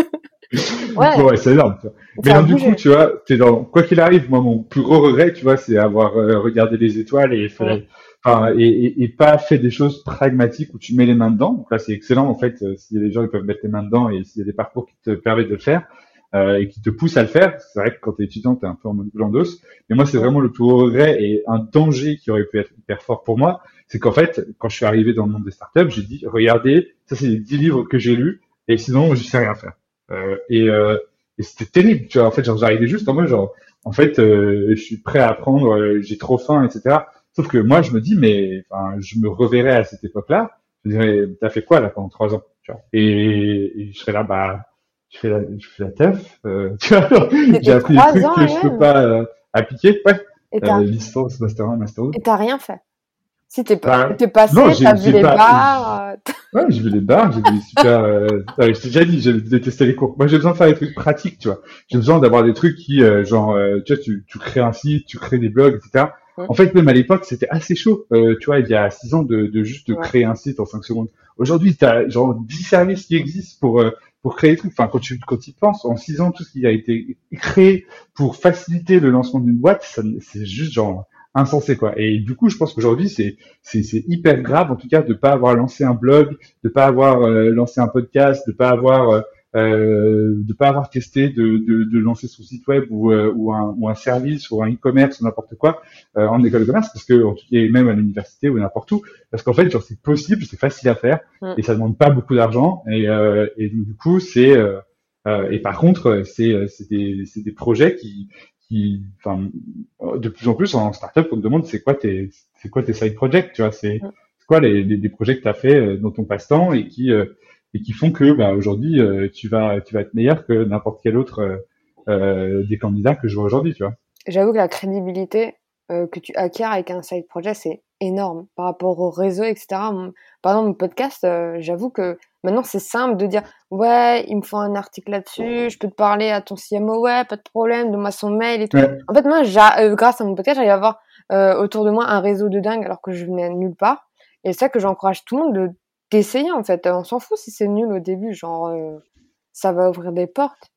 B: Ouais, ouais c'est énorme. Tu vois. Mais donc, du coup, tu vois, t'es dans, quoi qu'il arrive, moi, mon plus gros regret, tu vois, c'est avoir euh, regardé les étoiles et, fait, ouais. enfin, et, et, et pas fait des choses pragmatiques où tu mets les mains dedans. Donc là, c'est excellent, en fait, euh, si les gens, ils peuvent mettre les mains dedans et s'il y a des parcours qui te permettent de le faire, euh, et qui te poussent à le faire. C'est vrai que quand t'es étudiant, t'es un peu en mode boulant d'os. Mais moi, c'est vraiment le plus gros regret et un danger qui aurait pu être hyper fort pour moi. C'est qu'en fait, quand je suis arrivé dans le monde des startups, j'ai dit, regardez, ça, c'est les dix livres que j'ai lus et sinon, je sais rien faire. Euh, et, euh, et c'était terrible, tu vois. En fait, genre, j'arrivais juste en mode, genre, en fait, euh, je suis prêt à apprendre, euh, j'ai trop faim, et cetera. Sauf que moi, je me dis, mais, enfin, je me reverrais à cette époque-là. Je me dirais, t'as fait quoi là pendant trois ans, tu vois. Et, et je serais là, bah, je fais la, je fais la teuf, euh, tu vois. J'ai appris des trucs que je peux pas euh, appliquer, ouais. Euh, licence, master un, master deux.
A: Et t'as rien fait. Si t'es pas,
B: bah,
A: t'es passé,
B: non,
A: t'as vu les
B: pas,
A: bars.
B: Ouais, j'ai vu les bars, j'ai vu les super, euh, je t'ai déjà dit, j'ai détesté les cours. Moi, j'ai besoin de faire des trucs pratiques, tu vois. J'ai besoin d'avoir des trucs qui, euh, genre, euh, tu vois, tu, tu crées un site, tu crées des blogs, et cetera. Ouais. En fait, même à l'époque, c'était assez chaud, euh, tu vois, il y a six ans de, de juste de ouais. créer un site en cinq secondes. Aujourd'hui, t'as, genre, dix services qui existent pour, euh, pour créer des trucs. Enfin, quand tu, quand tu y penses, en six ans, tout ce qui a été créé pour faciliter le lancement d'une boîte, ça, c'est juste genre, insensé quoi. Et du coup, je pense qu'aujourd'hui c'est c'est c'est hyper grave en tout cas de pas avoir lancé un blog, de pas avoir euh, lancé un podcast, de pas avoir euh, de pas avoir testé de de, de lancer son site web ou euh, ou un ou un service ou un e-commerce ou n'importe quoi euh, en école de commerce parce que en tout cas même à l'université ou n'importe où parce qu'en fait genre c'est possible, c'est facile à faire mmh. et ça demande pas beaucoup d'argent et euh, et du coup c'est euh, euh, et par contre c'est c'est des c'est des projets qui qui, enfin, de plus en plus en startup, on te demande c'est quoi tes, c'est quoi tes side projects, tu vois, c'est, c'est quoi les, les, les projets que tu as fait dans ton passe-temps et qui, euh, et qui font que, bah, aujourd'hui, euh, tu vas, tu vas être meilleur que n'importe quel autre, euh, des candidats que je vois aujourd'hui, tu vois.
A: J'avoue que la crédibilité, euh, que tu acquiers avec un side project, c'est énorme par rapport au réseau, et cetera. Mon, par exemple, mon podcast, euh, j'avoue que maintenant, c'est simple de dire « Ouais, il me faut un article là-dessus, je peux te parler à ton C M O, ouais, pas de problème, donne-moi son mail et tout. Ouais. » En fait, moi, euh, grâce à mon podcast, j'arrive à avoir euh, autour de moi un réseau de dingue alors que je venais nulle part. Et c'est ça que j'encourage tout le monde de, d'essayer, en fait. On s'en fout si c'est nul au début, genre, euh, ça va ouvrir des portes.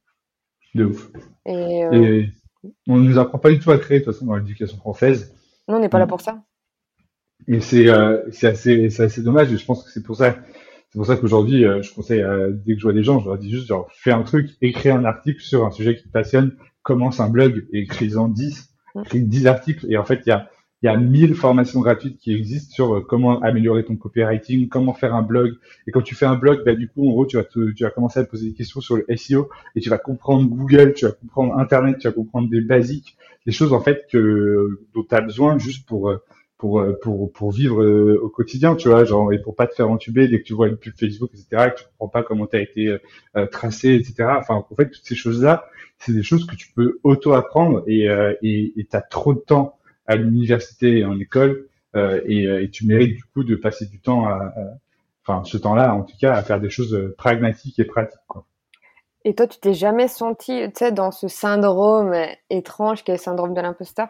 B: De ouf.
A: Et, euh...
B: et on ne nous apprend pas du tout à créer, de toute façon, dans l'éducation française.
A: Non, on n'est pas là pour ça.
B: Et c'est euh, c'est assez c'est assez dommage et je pense que c'est pour ça c'est pour ça qu'aujourd'hui euh, je conseille euh, dès que je vois des gens je leur dis juste genre fais un truc, écris un article sur un sujet qui te passionne, commence un blog et écris-en dix, écris dix articles et en fait il y a il y a mille formations gratuites qui existent sur euh, comment améliorer ton copywriting, comment faire un blog et quand tu fais un blog bah du coup en gros tu vas te, tu vas commencer à te poser des questions sur le S E O et tu vas comprendre Google, tu vas comprendre Internet, tu vas comprendre des basiques, des choses en fait que dont tu as besoin juste pour euh, pour pour pour vivre euh, au quotidien, tu vois, genre et pour pas te faire entuber dès que tu vois une pub Facebook, et cetera, que tu comprends pas comment t'as été euh, tracé, et cetera. Enfin, en fait, toutes ces choses-là, c'est des choses que tu peux auto-apprendre et euh, et et t'as trop de temps à l'université et en école euh, et, et tu mérites du coup de passer du temps à, à enfin ce temps-là, en tout cas, à faire des choses pragmatiques et pratiques, quoi.
A: Et toi, tu t'es jamais senti, tu sais, dans ce syndrome étrange qui est le syndrome de l'imposteur?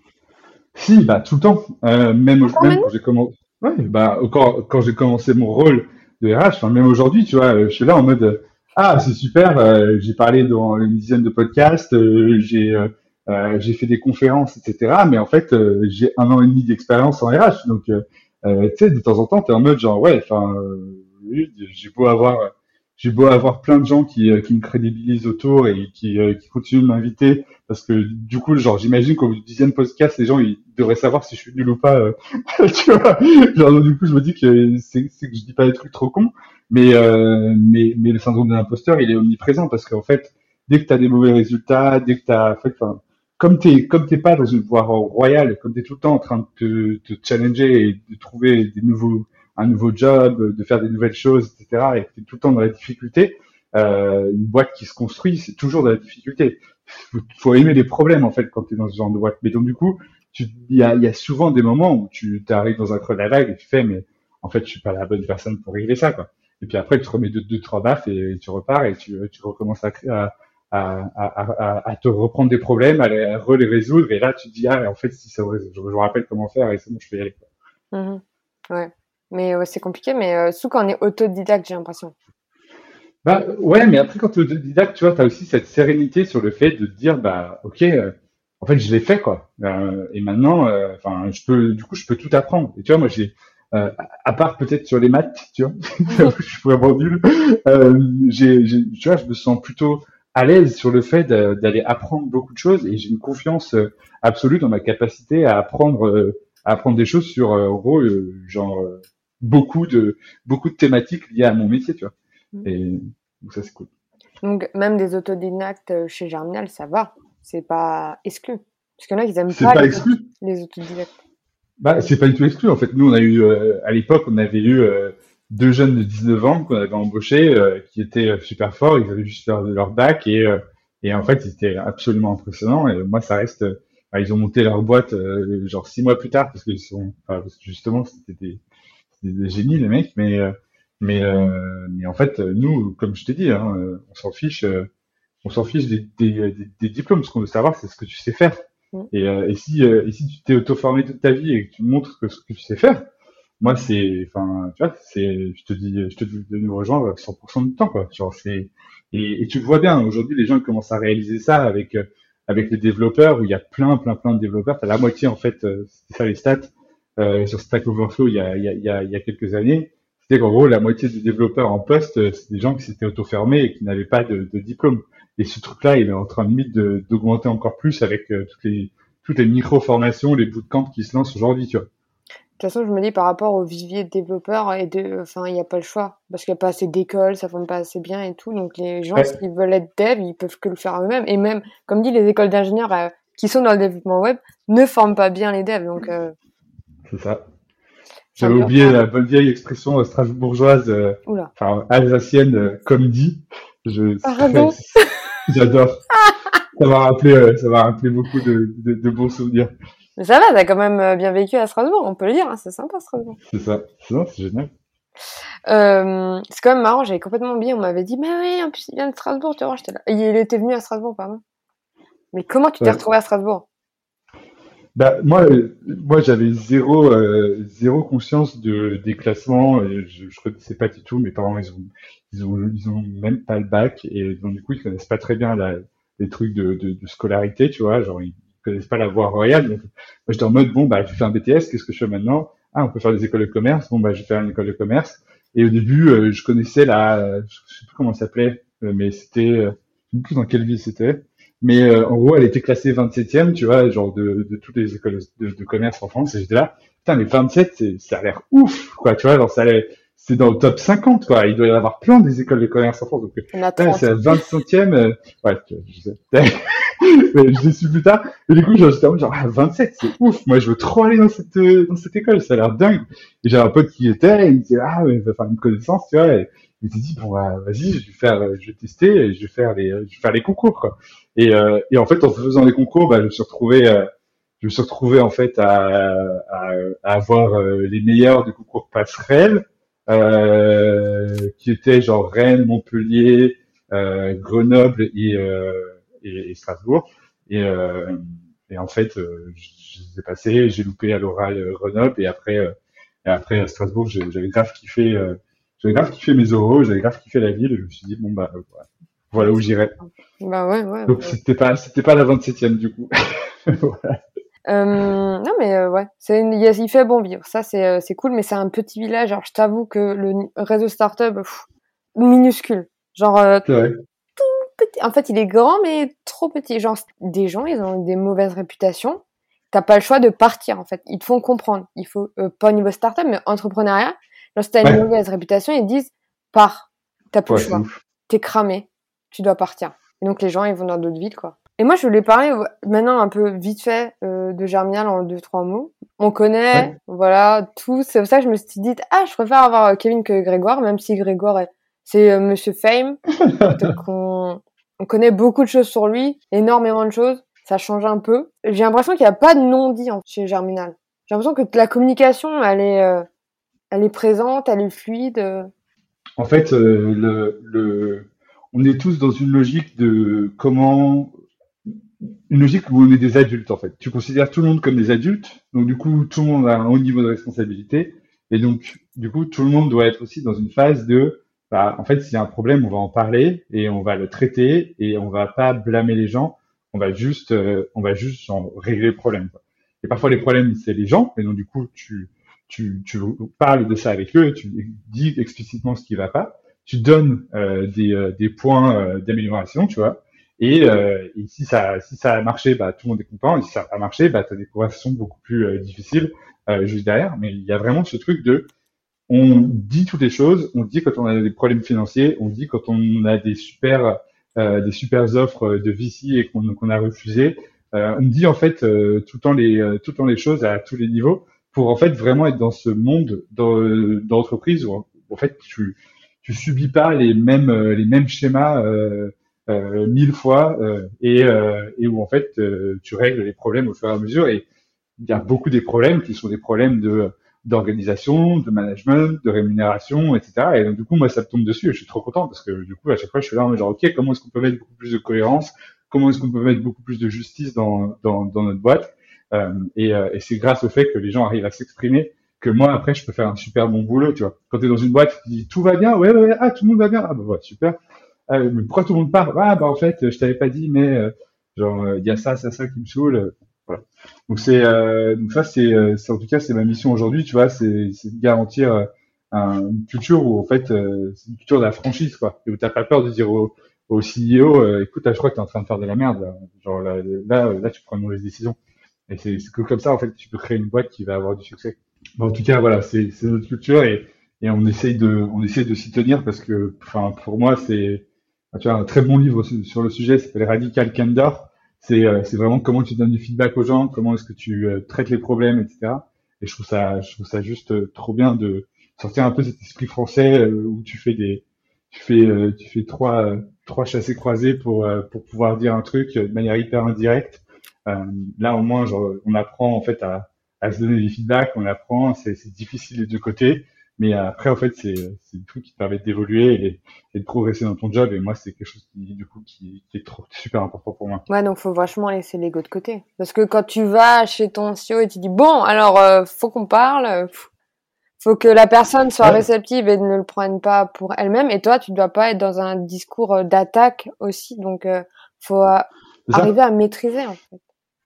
B: Si, bah tout le temps. Euh, même même quand j'ai commencé, ouais, bah quand quand j'ai commencé mon rôle de R H, enfin même aujourd'hui, tu vois, je suis là en mode ah c'est super, euh, j'ai parlé dans une dizaine de podcasts, euh, j'ai euh, j'ai fait des conférences, et cetera. Mais en fait, euh, j'ai un an et demi d'expérience en R H, donc euh, tu sais, de temps en temps, t'es en mode genre ouais, enfin, euh, j'ai beau avoir j'ai beau avoir plein de gens qui, qui me crédibilisent autour et qui, qui continuent de m'inviter parce que du coup, genre, j'imagine qu'au dixième podcast, les gens ils devraient savoir si je suis nul ou pas. Euh, tu vois, genre du coup, je me dis que c'est, c'est que je dis pas des trucs trop cons, mais euh, mais mais le syndrome de l'imposteur, il est omniprésent parce qu'en fait, dès que t'as des mauvais résultats, dès que t'as, en fait, enfin, comme t'es comme t'es pas dans une voie royale, comme t'es tout le temps en train de te, te challenger et de trouver des nouveaux un nouveau job, de faire des nouvelles choses, et cetera, et que tu es tout le temps dans la difficulté, Euh, une boîte qui se construit, c'est toujours de la difficulté. Faut, faut aimer les problèmes en fait quand tu es dans ce genre de boîte. Mais donc du coup, tu, il y a, il y a souvent des moments où tu arrives dans un creux de la vague et tu fais, mais en fait, je suis pas la bonne personne pour régler ça, quoi. Et puis après, tu te remets deux, deux trois baffes et tu repars et tu, tu recommences à, à, à, à, à, à te reprendre des problèmes, à les, à re les résoudre. Et là, tu te dis, ah, en fait, si ça, je, je me rappelle comment faire et c'est bon, je peux y aller, quoi.
A: Mmh. Ouais. Mais ouais, c'est compliqué, mais euh, surtout quand on est autodidacte, j'ai l'impression.
B: Bah ouais, mais après quand tu es autodidacte, tu vois, tu as aussi cette sérénité sur le fait de te dire bah OK, euh, en fait, je l'ai fait quoi. Euh, et maintenant euh, enfin, je peux du coup, je peux tout apprendre. Et tu vois, moi j'ai euh, à à part peut-être sur les maths, tu vois, je suis vraiment nul. Euh, j'ai j'ai tu vois, je me sens plutôt à l'aise sur le fait de- d'aller apprendre beaucoup de choses et j'ai une confiance euh, absolue dans ma capacité à apprendre euh, à apprendre des choses sur euh, en gros euh, genre euh, beaucoup de beaucoup de thématiques liées à mon métier, tu vois. Et donc ça, c'est cool.
A: Donc, même des autodidactes euh, chez Germinal, ça va. C'est pas exclu. Parce qu'il y en a qui aiment
B: C'est
A: pas
B: pas
A: les, auto-
B: exclu.
A: les autodidactes.
B: Bah, c'est pas du tout exclu. En fait, nous, on a eu, euh, à l'époque, on avait eu euh, deux jeunes de dix-neuf ans qu'on avait embauchés, euh, qui étaient euh, super forts. Ils avaient juste leur, leur bac et, euh, et en fait, ils étaient absolument impressionnants. Et moi, ça reste, euh, bah, ils ont monté leur boîte euh, genre six mois plus tard parce qu'ils sont, enfin, parce que justement, c'était des, c'était des génies les mecs. Mais, euh, mais, euh, mais en fait, nous, comme je t'ai dit, hein, euh, on s'en fiche. euh, on s'en fiche des, des, des, des diplômes. Ce qu'on veut savoir, c'est ce que tu sais faire.
A: Mm.
B: Et, euh, et si, euh, et si tu t'es auto-formé toute ta vie et que tu montres que ce que tu sais faire, moi, c'est, enfin, tu vois, c'est, je te dis, je te dis de nous rejoindre cent pour cent du temps, quoi. Genre, c'est, et, et tu le vois bien. Aujourd'hui, les gens ils commencent à réaliser ça avec, euh, avec les développeurs où il y a plein, plein, plein de développeurs. T'as la moitié, en fait, euh, c'était ça les stats, euh, sur Stack Overflow il y a, il y a, il y a, il y a quelques années. C'était qu'en gros, la moitié des développeurs en poste, euh, c'est des gens qui s'étaient auto-formés et qui n'avaient pas de, de diplôme. Et ce truc-là, il est en train de limite de- d'augmenter encore plus avec euh, toutes les toutes les micro-formations, les bootcamps qui se lancent aujourd'hui, tu vois.
A: De toute façon, je me dis par rapport au vivier de développeurs et de, enfin, il n'y a pas le choix. Parce qu'il n'y a pas assez d'écoles, ça forme pas assez bien et tout. Donc, les gens,
B: Ouais,
A: s'ils veulent être dev, ils peuvent que le faire eux-mêmes. Et même, comme dit, les écoles d'ingénieurs euh, qui sont dans le développement web ne forment pas bien les devs. Donc, euh,
B: c'est ça.
A: c'est un
B: J'avais
A: peu
B: oublié
A: grave.
B: la bonne vieille expression euh, strasbourgeoise, euh,
A: Oula.
B: enfin alsacienne, euh, comme dit. Je, c'est très,
A: Pardon.
B: c'est- j'adore. Ça m'a rappelé, euh, ça m'a rappelé beaucoup de, de, de bons souvenirs.
A: Mais ça va, t'as quand même euh, bien vécu à Strasbourg, on peut le dire. Hein, c'est sympa, Strasbourg.
B: C'est ça. C'est ça, c'est génial.
A: Euh, c'est quand même marrant, j'avais complètement oublié. On m'avait dit, mais oui, en plus, il vient de Strasbourg, tu vois. J'étais là. Il était venu à Strasbourg, pardon. Mais comment tu t'es
B: Ouais.
A: retrouvé à Strasbourg?
B: Bah moi, euh, moi j'avais zéro, euh, zéro conscience de des classements. Et je, je connaissais pas du tout. Mes parents, ils ont, ils ont, ils ont même pas le bac et donc du coup ils connaissent pas très bien la, les trucs de, de, de scolarité, tu vois. Genre ils connaissent pas la voie royale. Donc moi j'étais en mode bon bah je fais un B T S, qu'est-ce que je fais maintenant? Ah on peut faire des écoles de commerce. Bon bah je vais faire une école de commerce. Et au début euh, je connaissais la, je sais plus comment ça s'appelait, euh, mais c'était, euh, je sais plus dans quelle ville c'était. Mais euh, en gros, elle était classée vingt-septième, tu vois, genre de, de toutes les écoles de, de commerce en France. Et j'étais là, putain, mais vingt-sept, c'est, ça a l'air ouf, quoi, tu vois, genre ça allait, c'est dans le top cinquante, quoi. Il doit y en avoir plein des écoles de commerce en France. Donc, euh,
A: Il y en a
B: putain, c'est
A: trente.
B: la vingt-cinquième, euh, ouais, tu vois, je sais. Mais je l'ai su plus tard. Et du coup, genre, j'étais en mode genre, ah, vingt-sept, c'est ouf. Moi, je veux trop aller dans cette, euh, dans cette école. Ça a l'air dingue. Et j'avais un pote qui y était, et il me disait, ah, mais il va faire une connaissance, tu vois. Et il s'est dit, bon, bah, vas-y, je vais faire, euh, je vais tester, et je vais faire les, je vais faire les concours, quoi. Et, euh, et en fait, en faisant les concours, bah, je me suis retrouvé, euh, je me suis retrouvé en fait à, à, à avoir euh, les meilleurs du concours passerelle, euh, qui étaient genre Rennes, Montpellier, euh, Grenoble et, euh, et, et Strasbourg. Et, euh, et en fait, euh, je je les ai passés, j'ai loupé à l'oral euh, Grenoble et après, euh, et après à Strasbourg, j'ai- j'avais grave kiffé, euh, j'avais grave kiffé mes oraux, j'avais grave kiffé la ville. Et je me suis dit bon bah voilà,
A: Ouais,
B: voilà où
A: c'est
B: j'irai.
A: sympa. Bah ouais, ouais.
B: Donc
A: Ouais.
B: c'était pas c'était pas la vingt-septième du coup. Voilà.
A: Euh, non mais euh, ouais, c'est une, il y a- il fait bon vivre. Ça c'est euh, c'est cool, mais c'est un petit village. Alors je t'avoue que le ni- réseau startup, pff, minuscule. Genre euh,
B: C'est vrai.
A: petit. En fait, il est grand mais trop petit. Genre des gens, ils ont des mauvaises réputations. T'as pas le choix de partir en fait. Ils te font comprendre. Il faut euh, pas au niveau startup, mais entrepreneuriat. Genre si t'as une
B: Ouais,
A: mauvaise réputation, ils te disent pars. T'as plus le
B: ouais, c'est
A: choix.
B: ouf.
A: T'es cramé. Tu dois partir. Et donc les gens, ils vont dans d'autres villes quoi. Et moi, je voulais parler euh, maintenant un peu vite fait euh, de Germinal en deux, trois mots. On connaît,
B: Ouais,
A: voilà, tout. C'est pour ça que je me suis dit, ah, je préfère avoir euh, Kevin que Grégoire, même si Grégoire, est- c'est euh, Monsieur Fame. Donc on, on connaît beaucoup de choses sur lui, énormément de choses. Ça change un peu. J'ai l'impression qu'il n'y a pas de non-dit en, chez Germinal. J'ai l'impression que la communication, elle est, euh, elle est présente, elle est fluide. euh.
B: En fait, euh, le, le, on est tous dans une logique de comment, une logique où on est des adultes en fait. Tu considères tout le monde comme des adultes, donc du coup tout le monde a un haut niveau de responsabilité, et donc du coup tout le monde doit être aussi dans une phase de, bah, en fait s'il y a un problème, on va en parler et on va le traiter et on va pas blâmer les gens, on va juste, euh, on va juste genre, régler le problème. Quoi. Et parfois les problèmes c'est les gens, et donc du coup tu tu tu parles de ça avec eux, tu dis explicitement ce qui va pas, tu donnes euh, des euh, des points euh, d'amélioration, tu vois. Et, euh, et si ça si ça a marché, bah tout le monde est content. Et si ça n'a pas marché, bah t'as des conversations beaucoup plus euh, difficiles euh, juste derrière. Mais il y a vraiment ce truc de on dit toutes les choses, on dit quand on a des problèmes financiers, on dit quand on a des super euh, des super offres de V C et qu'on qu'on a refusé. Euh, on dit en fait euh, tout le temps les euh, tout le temps les choses à tous les niveaux pour en fait vraiment être dans ce monde dans, d'entreprise où en fait tu tu subis pas les mêmes euh, les mêmes schémas euh, euh, mille fois euh, et, euh, et où en fait euh, tu règles les problèmes au fur et à mesure et il y a beaucoup des problèmes qui sont des problèmes de d'organisation, de management, de rémunération, et cetera. Et donc du coup moi ça me tombe dessus et je suis trop content parce que du coup à chaque fois je suis là en mode genre ok comment est-ce qu'on peut mettre beaucoup plus de cohérence, comment est-ce qu'on peut mettre beaucoup plus de justice dans dans, dans notre boîte euh, et, euh, et c'est grâce au fait que les gens arrivent à s'exprimer que moi après je peux faire un super bon boulot tu vois. Quand t'es dans une boîte qui dit tout va bien ouais ouais, ouais ah tout le monde va bien ah bah ouais, super. Ah, mais pourquoi tout le monde part? Ah bah en fait, je t'avais pas dit, mais euh, genre il euh, y a ça, ça, ça qui me saoule. euh, Voilà. Donc c'est euh, donc ça c'est euh, c'est- en tout cas c'est ma mission aujourd'hui, tu vois, c'est c'est de garantir euh, un- une culture où en fait euh, c'est une culture de la franchise quoi, et où t'as pas peur de dire au, au C E O, euh, écoute, là, je crois que t'es en train de faire de la merde, là. Genre là, là, là tu prends une mauvaise décision. Et c'est c'est que comme ça en fait tu peux créer une boîte qui va avoir du succès. Bon, en tout cas voilà, c'est c'est notre culture et et on essaye de on essaye de s'y tenir parce que enfin pour moi c'est ah, tu vois, un très bon livre su- sur le sujet, ça s'appelle Radical Candor. C'est euh, c'est vraiment comment tu donnes du feedback aux gens, comment est-ce que tu euh, traites les problèmes, et cetera. Et je trouve ça, je trouve ça juste euh, trop bien de sortir un peu cet esprit français euh, où tu fais des, tu fais, euh, tu fais trois, euh, trois chassés croisés pour euh, pour pouvoir dire un truc euh, de manière hyper indirecte. Euh, Là au moins, genre, on apprend en fait à, à se donner des feedbacks, on apprend, c'est c'est difficile des deux côtés, mais euh, après en fait c'est c'est des trucs qui te permettent d'évoluer et et de progresser dans ton job. Et moi, c'est quelque chose qui, du coup, qui, qui est trop, super important pour moi.
A: Ouais, donc faut vachement laisser l'ego de côté. Parce que quand tu vas chez ton C E O et tu dis bon, alors euh, faut qu'on parle, euh, faut que la personne soit
B: Ouais,
A: réceptive et ne le prenne pas pour elle-même. Et toi, tu dois pas être dans un discours euh, d'attaque aussi. Donc euh, faut euh,
B: c'est
A: arriver
B: ça.
A: à maîtriser en fait.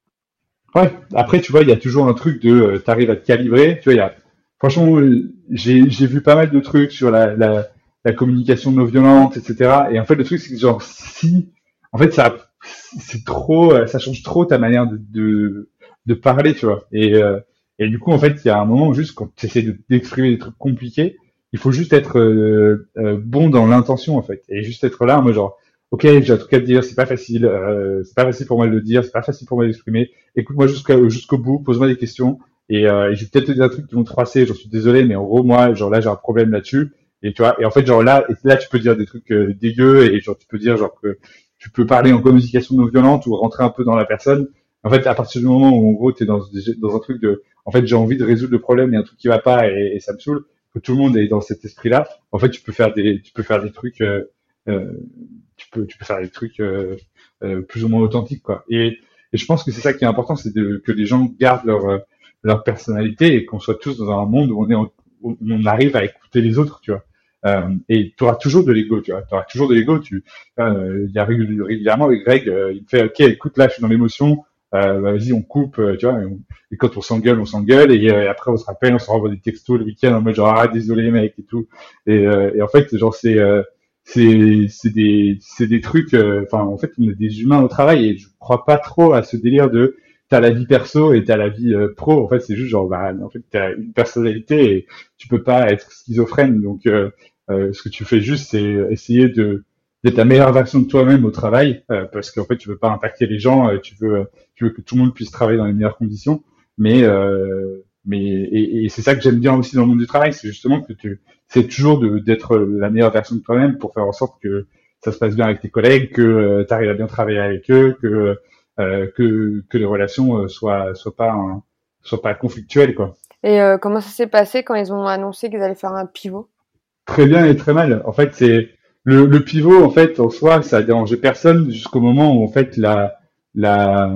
B: Ouais. Après, tu vois, il y a toujours un truc de, euh, t'arrives à te calibrer. Tu vois, il y a, franchement, euh, j'ai, j'ai vu pas mal de trucs sur la, la, la communication non violente, et cetera. Et en fait, le truc, c'est que genre, si, en fait, ça, c'est trop, euh, ça change trop ta manière de, de, de parler, tu vois. Et, euh, et du coup, en fait, il y a un moment juste quand tu essaies de, d'exprimer des trucs compliqués, il faut juste être euh, euh, bon dans l'intention, en fait. Et juste être là, moi, genre, ok, j'ai un truc à te dire, c'est pas facile, euh, c'est pas facile pour moi de le dire, c'est pas facile pour moi d'exprimer. Écoute-moi jusqu'à, jusqu'au bout, pose-moi des questions. Et, euh, et je vais peut-être te dire un truc qui vont te froisser, j'en suis désolé, mais en gros, moi, genre là, j'ai un problème là-dessus. Et tu vois, et en fait, genre là, et là, tu peux dire des trucs euh, dégueux et genre tu peux dire genre que tu peux parler en communication non violente ou rentrer un peu dans la personne. En fait, à partir du moment où en gros, t'es dans dans un truc de, en fait, j'ai envie de résoudre le problème, il y a un truc qui va pas et, et ça me saoule, que tout le monde est dans cet esprit-là. En fait, tu peux faire des, tu peux faire des trucs, euh, euh, tu peux, tu peux faire des trucs euh, euh, plus ou moins authentiques, quoi. Et, et je pense que c'est ça qui est important, c'est de, que les gens gardent leur euh, leur personnalité et qu'on soit tous dans un monde où on est en- où on arrive à écouter les autres, tu vois. Euh, et tu auras toujours de l'ego, tu vois. Tu auras toujours de l'ego. Tu, euh, il y a régul- régulièrement avec Greg, euh, il me fait, ok, écoute, là, je suis dans l'émotion. Euh, bah, vas-y, on coupe, euh, tu vois. Et, on- et quand on s'engueule, on s'engueule. Et euh, après, on se rappelle, on se renvoie des textos le week-end en mode genre, ah, désolé, mec, et tout. Et, euh, et en fait, genre, c'est, euh, c'est, c'est des, c'est des trucs. euh, Enfin, en fait, on est des humains au travail. Et je crois pas trop à ce délire de t'as la vie perso et t'as la vie euh, pro. En fait, c'est juste genre, bah, en fait, t'as une personnalité et tu peux pas être schizophrène. Donc euh, euh, ce que tu fais juste, c'est essayer de d'être la meilleure version de toi-même au travail, euh, parce qu'en fait, tu veux pas impacter les gens, euh, tu veux, tu veux que tout le monde puisse travailler dans les meilleures conditions. Mais, euh, mais et, et c'est ça que j'aime bien aussi dans le monde du travail, c'est justement que tu c'est toujours de, d'être la meilleure version de toi-même pour faire en sorte que ça se passe bien avec tes collègues, que euh, tu arrives à bien travailler avec eux, que euh, que que les relations euh, soient soient pas un, soient pas conflictuelles, quoi.
A: Et euh, comment ça s'est passé quand ils ont annoncé qu'ils allaient faire un pivot?
B: Très bien et très mal. En fait, c'est le, le pivot, en fait, en soi, ça a dérangé personne jusqu'au moment où, en fait, la, la,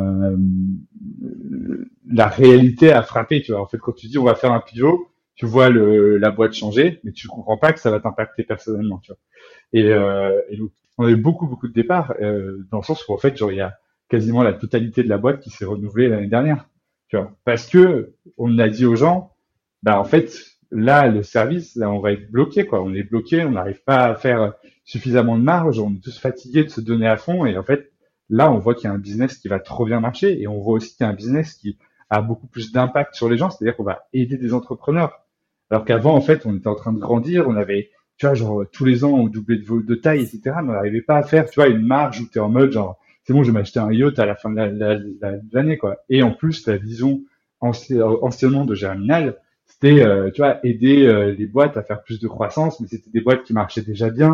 B: la réalité a frappé, tu vois. En fait, quand tu dis on va faire un pivot, tu vois le, la boîte changer, mais tu comprends pas que ça va t'impacter personnellement, tu vois. Et, euh, et donc, on a eu beaucoup, beaucoup de départs, euh, dans le sens où, en fait, genre, il y a quasiment la totalité de la boîte qui s'est renouvelée l'année dernière, tu vois. Parce que on a dit aux gens, bah, en fait, là, le service, là, on va être bloqué, quoi. On est bloqué, on n'arrive pas à faire suffisamment de marge, on est tous fatigués de se donner à fond, et en fait, là, on voit qu'il y a un business qui va trop bien marcher, et on voit aussi qu'il y a un business qui a beaucoup plus d'impact sur les gens, c'est-à-dire qu'on va aider des entrepreneurs. Alors qu'avant, en fait, on était en train de grandir, on avait, tu vois, genre, tous les ans, on doublait de, vo- de taille, et cetera, mais on n'arrivait pas à faire, tu vois, une marge où t'es en mode, genre, c'est bon, je vais m'acheter un yacht à la fin de la- la- la- de l'année, quoi. Et en plus, la vision anci- anciennement de Germinal, c'était, euh, tu vois, aider euh, les boîtes à faire plus de croissance, mais c'était des boîtes qui marchaient déjà bien.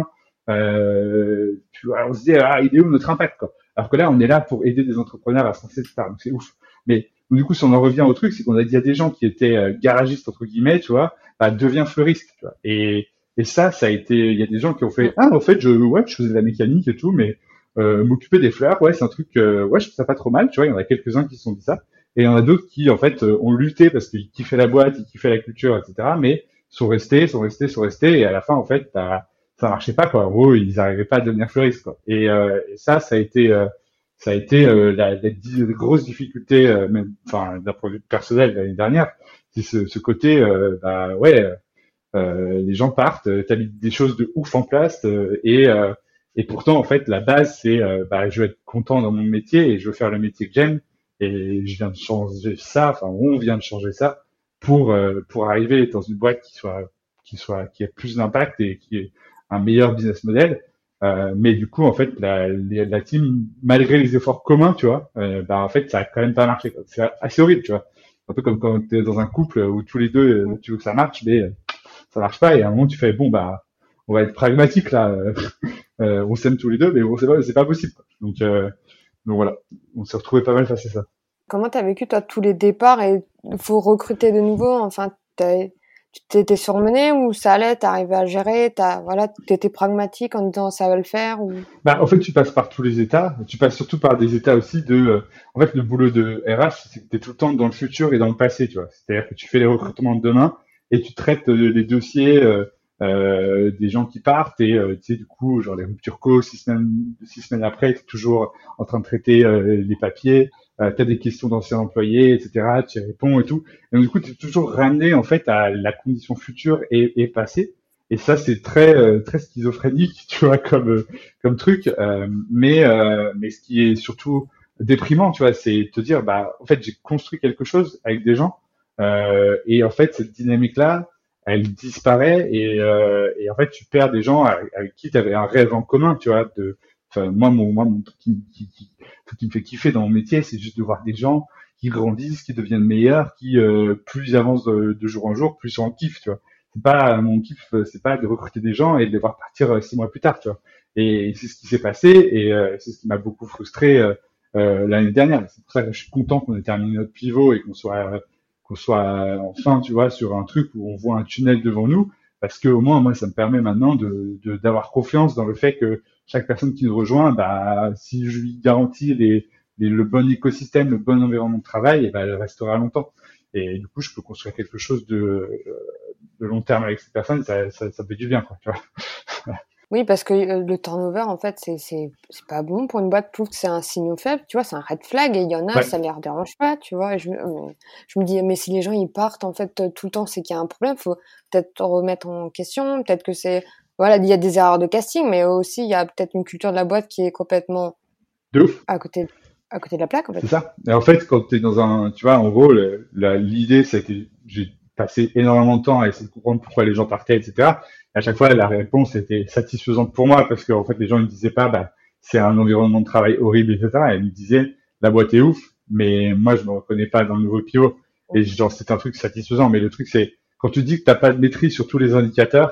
B: Euh, tu vois, on se dit, ah, il est où notre impact, quoi. Alors que là, on est là pour aider des entrepreneurs à se lancer, et cetera. Donc c'est ouf. Mais du coup, si on en revient au truc, c'est qu'on a dit à des gens qui étaient euh, garagistes entre guillemets, tu vois, bah devient fleuriste, tu vois. Et et ça, ça a été, il y a des gens qui ont fait, ah, en fait, je, ouais, je faisais de la mécanique et tout, mais euh, m'occuper des fleurs, ouais, c'est un truc, euh, ouais, je trouve ça pas trop mal, tu vois. Il y en a quelques-uns qui se sont dit ça. Et il y en a d'autres qui, en fait, euh, ont lutté parce qu'ils kiffaient la boîte, ils kiffaient la culture, et cetera. Mais sont restés, sont restés, sont restés. Et à la fin, en fait, ça, ça marchait pas, quoi. En gros, ils n'arrivaient pas à devenir fleuristes, quoi. Et, euh, et ça, ça a été, euh, ça a été euh, la, la, di- la grosse difficulté, euh, même, enfin, d'un point de vue personnel l'année dernière. C'est ce, ce côté, euh, bah ouais, euh, les gens partent, euh, t'as mis des choses de ouf en place, euh, et euh, et pourtant en fait la base c'est euh, bah je veux être content dans mon métier et je veux faire le métier que j'aime et je viens de changer ça, enfin on vient de changer ça pour euh, pour arriver dans une boîte qui soit qui soit qui ait plus d'impact et qui ait un meilleur business model. Euh, mais du coup en fait la, la, la team malgré les efforts communs tu vois euh, bah en fait ça a quand même pas marché quoi. C'est assez horrible tu vois, un peu comme quand t'es dans un couple où tous les deux euh, tu veux que ça marche mais euh, ça marche pas et à un moment tu fais bon bah on va être pragmatique là, euh, euh, on s'aime tous les deux mais bon c'est pas c'est pas possible quoi. Donc euh, donc voilà, on s'est retrouvé pas mal face à ça.
A: Comment t'as vécu toi tous les départs et faut recruter de nouveau? Enfin, t'as, tu t'étais surmené ou ça allait? T'arrivais à gérer? T'as voilà, t'étais pragmatique en disant ça va le faire ou?
B: Bah en fait tu passes par tous les états, tu passes surtout par des états aussi de euh, en fait le boulot de R H c'est que t'es tout le temps dans le futur et dans le passé tu vois, c'est-à-dire que tu fais les recrutements de demain et tu traites euh, les dossiers euh, euh, des gens qui partent et euh, tu sais du coup genre les ruptures co six semaines six semaines après t'es toujours en train de traiter euh, les papiers, euh, t'as des questions d'anciens employés etc, tu y réponds et tout et donc, du coup t'es toujours ramené en fait à la condition future et, et passée et ça c'est très euh, très schizophrénique tu vois comme euh, comme truc, euh, mais euh, mais ce qui est surtout déprimant, tu vois, c'est te dire bah en fait j'ai construit quelque chose avec des gens euh, et en fait cette dynamique-là, elle disparaît et euh, et en fait tu perds des gens avec, avec qui tu avais un rêve en commun, tu vois. De, enfin moi mon moi mon truc qui, qui, qui, truc qui me fait kiffer dans mon métier, c'est juste de voir des gens qui grandissent, qui deviennent meilleurs, qui euh, plus ils avancent de, de jour en jour, plus ils sont en kiff, tu vois. C'est pas mon kiff, c'est pas de recruter des gens et de les voir partir euh, six mois plus tard, tu vois. Et c'est ce qui s'est passé et euh, c'est ce qui m'a beaucoup frustré euh, euh, l'année dernière. C'est pour ça que je suis content qu'on ait terminé notre pivot et qu'on soit euh, qu'on soit enfin, tu vois, sur un truc où on voit un tunnel devant nous, parce que au moins moi ça me permet maintenant de de- d'avoir confiance dans le fait que chaque personne qui nous rejoint, bah si je lui garantis les, les- le bon écosystème, le bon environnement de travail, et ben elle restera longtemps. Et du coup, je peux construire quelque chose de, euh, de long terme avec cette personne, ça, ça, ça me fait du bien, quoi, tu vois.
A: Oui, parce que euh, le turnover, en fait, c'est c'est c'est pas bon pour une boîte. Je trouve que c'est un signe faible, tu vois, c'est un red flag. Et il y en a,
B: Ouais.
A: ça les dérange pas, tu vois. Et je, me- euh, je me dis, mais si les gens ils partent, en fait, euh, tout le temps, c'est qu'il y a un problème. Faut peut-être remettre en question. Peut-être que c'est, voilà, il y a des erreurs de casting, mais aussi il y a peut-être une culture de la boîte qui est complètement
B: De ouf.
A: à côté, à côté de la plaque, en
B: C'est
A: fait.
B: ça. Et en fait, quand tu es dans un, tu vois, en gros, le- la- l'idée, c'est que j'ai passé énormément de temps à essayer de comprendre pourquoi les gens partaient, et cetera. Et à chaque fois, la réponse était satisfaisante pour moi parce qu'en fait, les gens ne disaient pas, bah, c'est un environnement de travail horrible, et cetera. Et ils me disaient, la boîte est ouf, mais moi, je me reconnais pas dans le nouveau pivot. Et genre, c'est un truc satisfaisant. Mais le truc, c'est quand tu dis que t'as pas de maîtrise sur tous les indicateurs,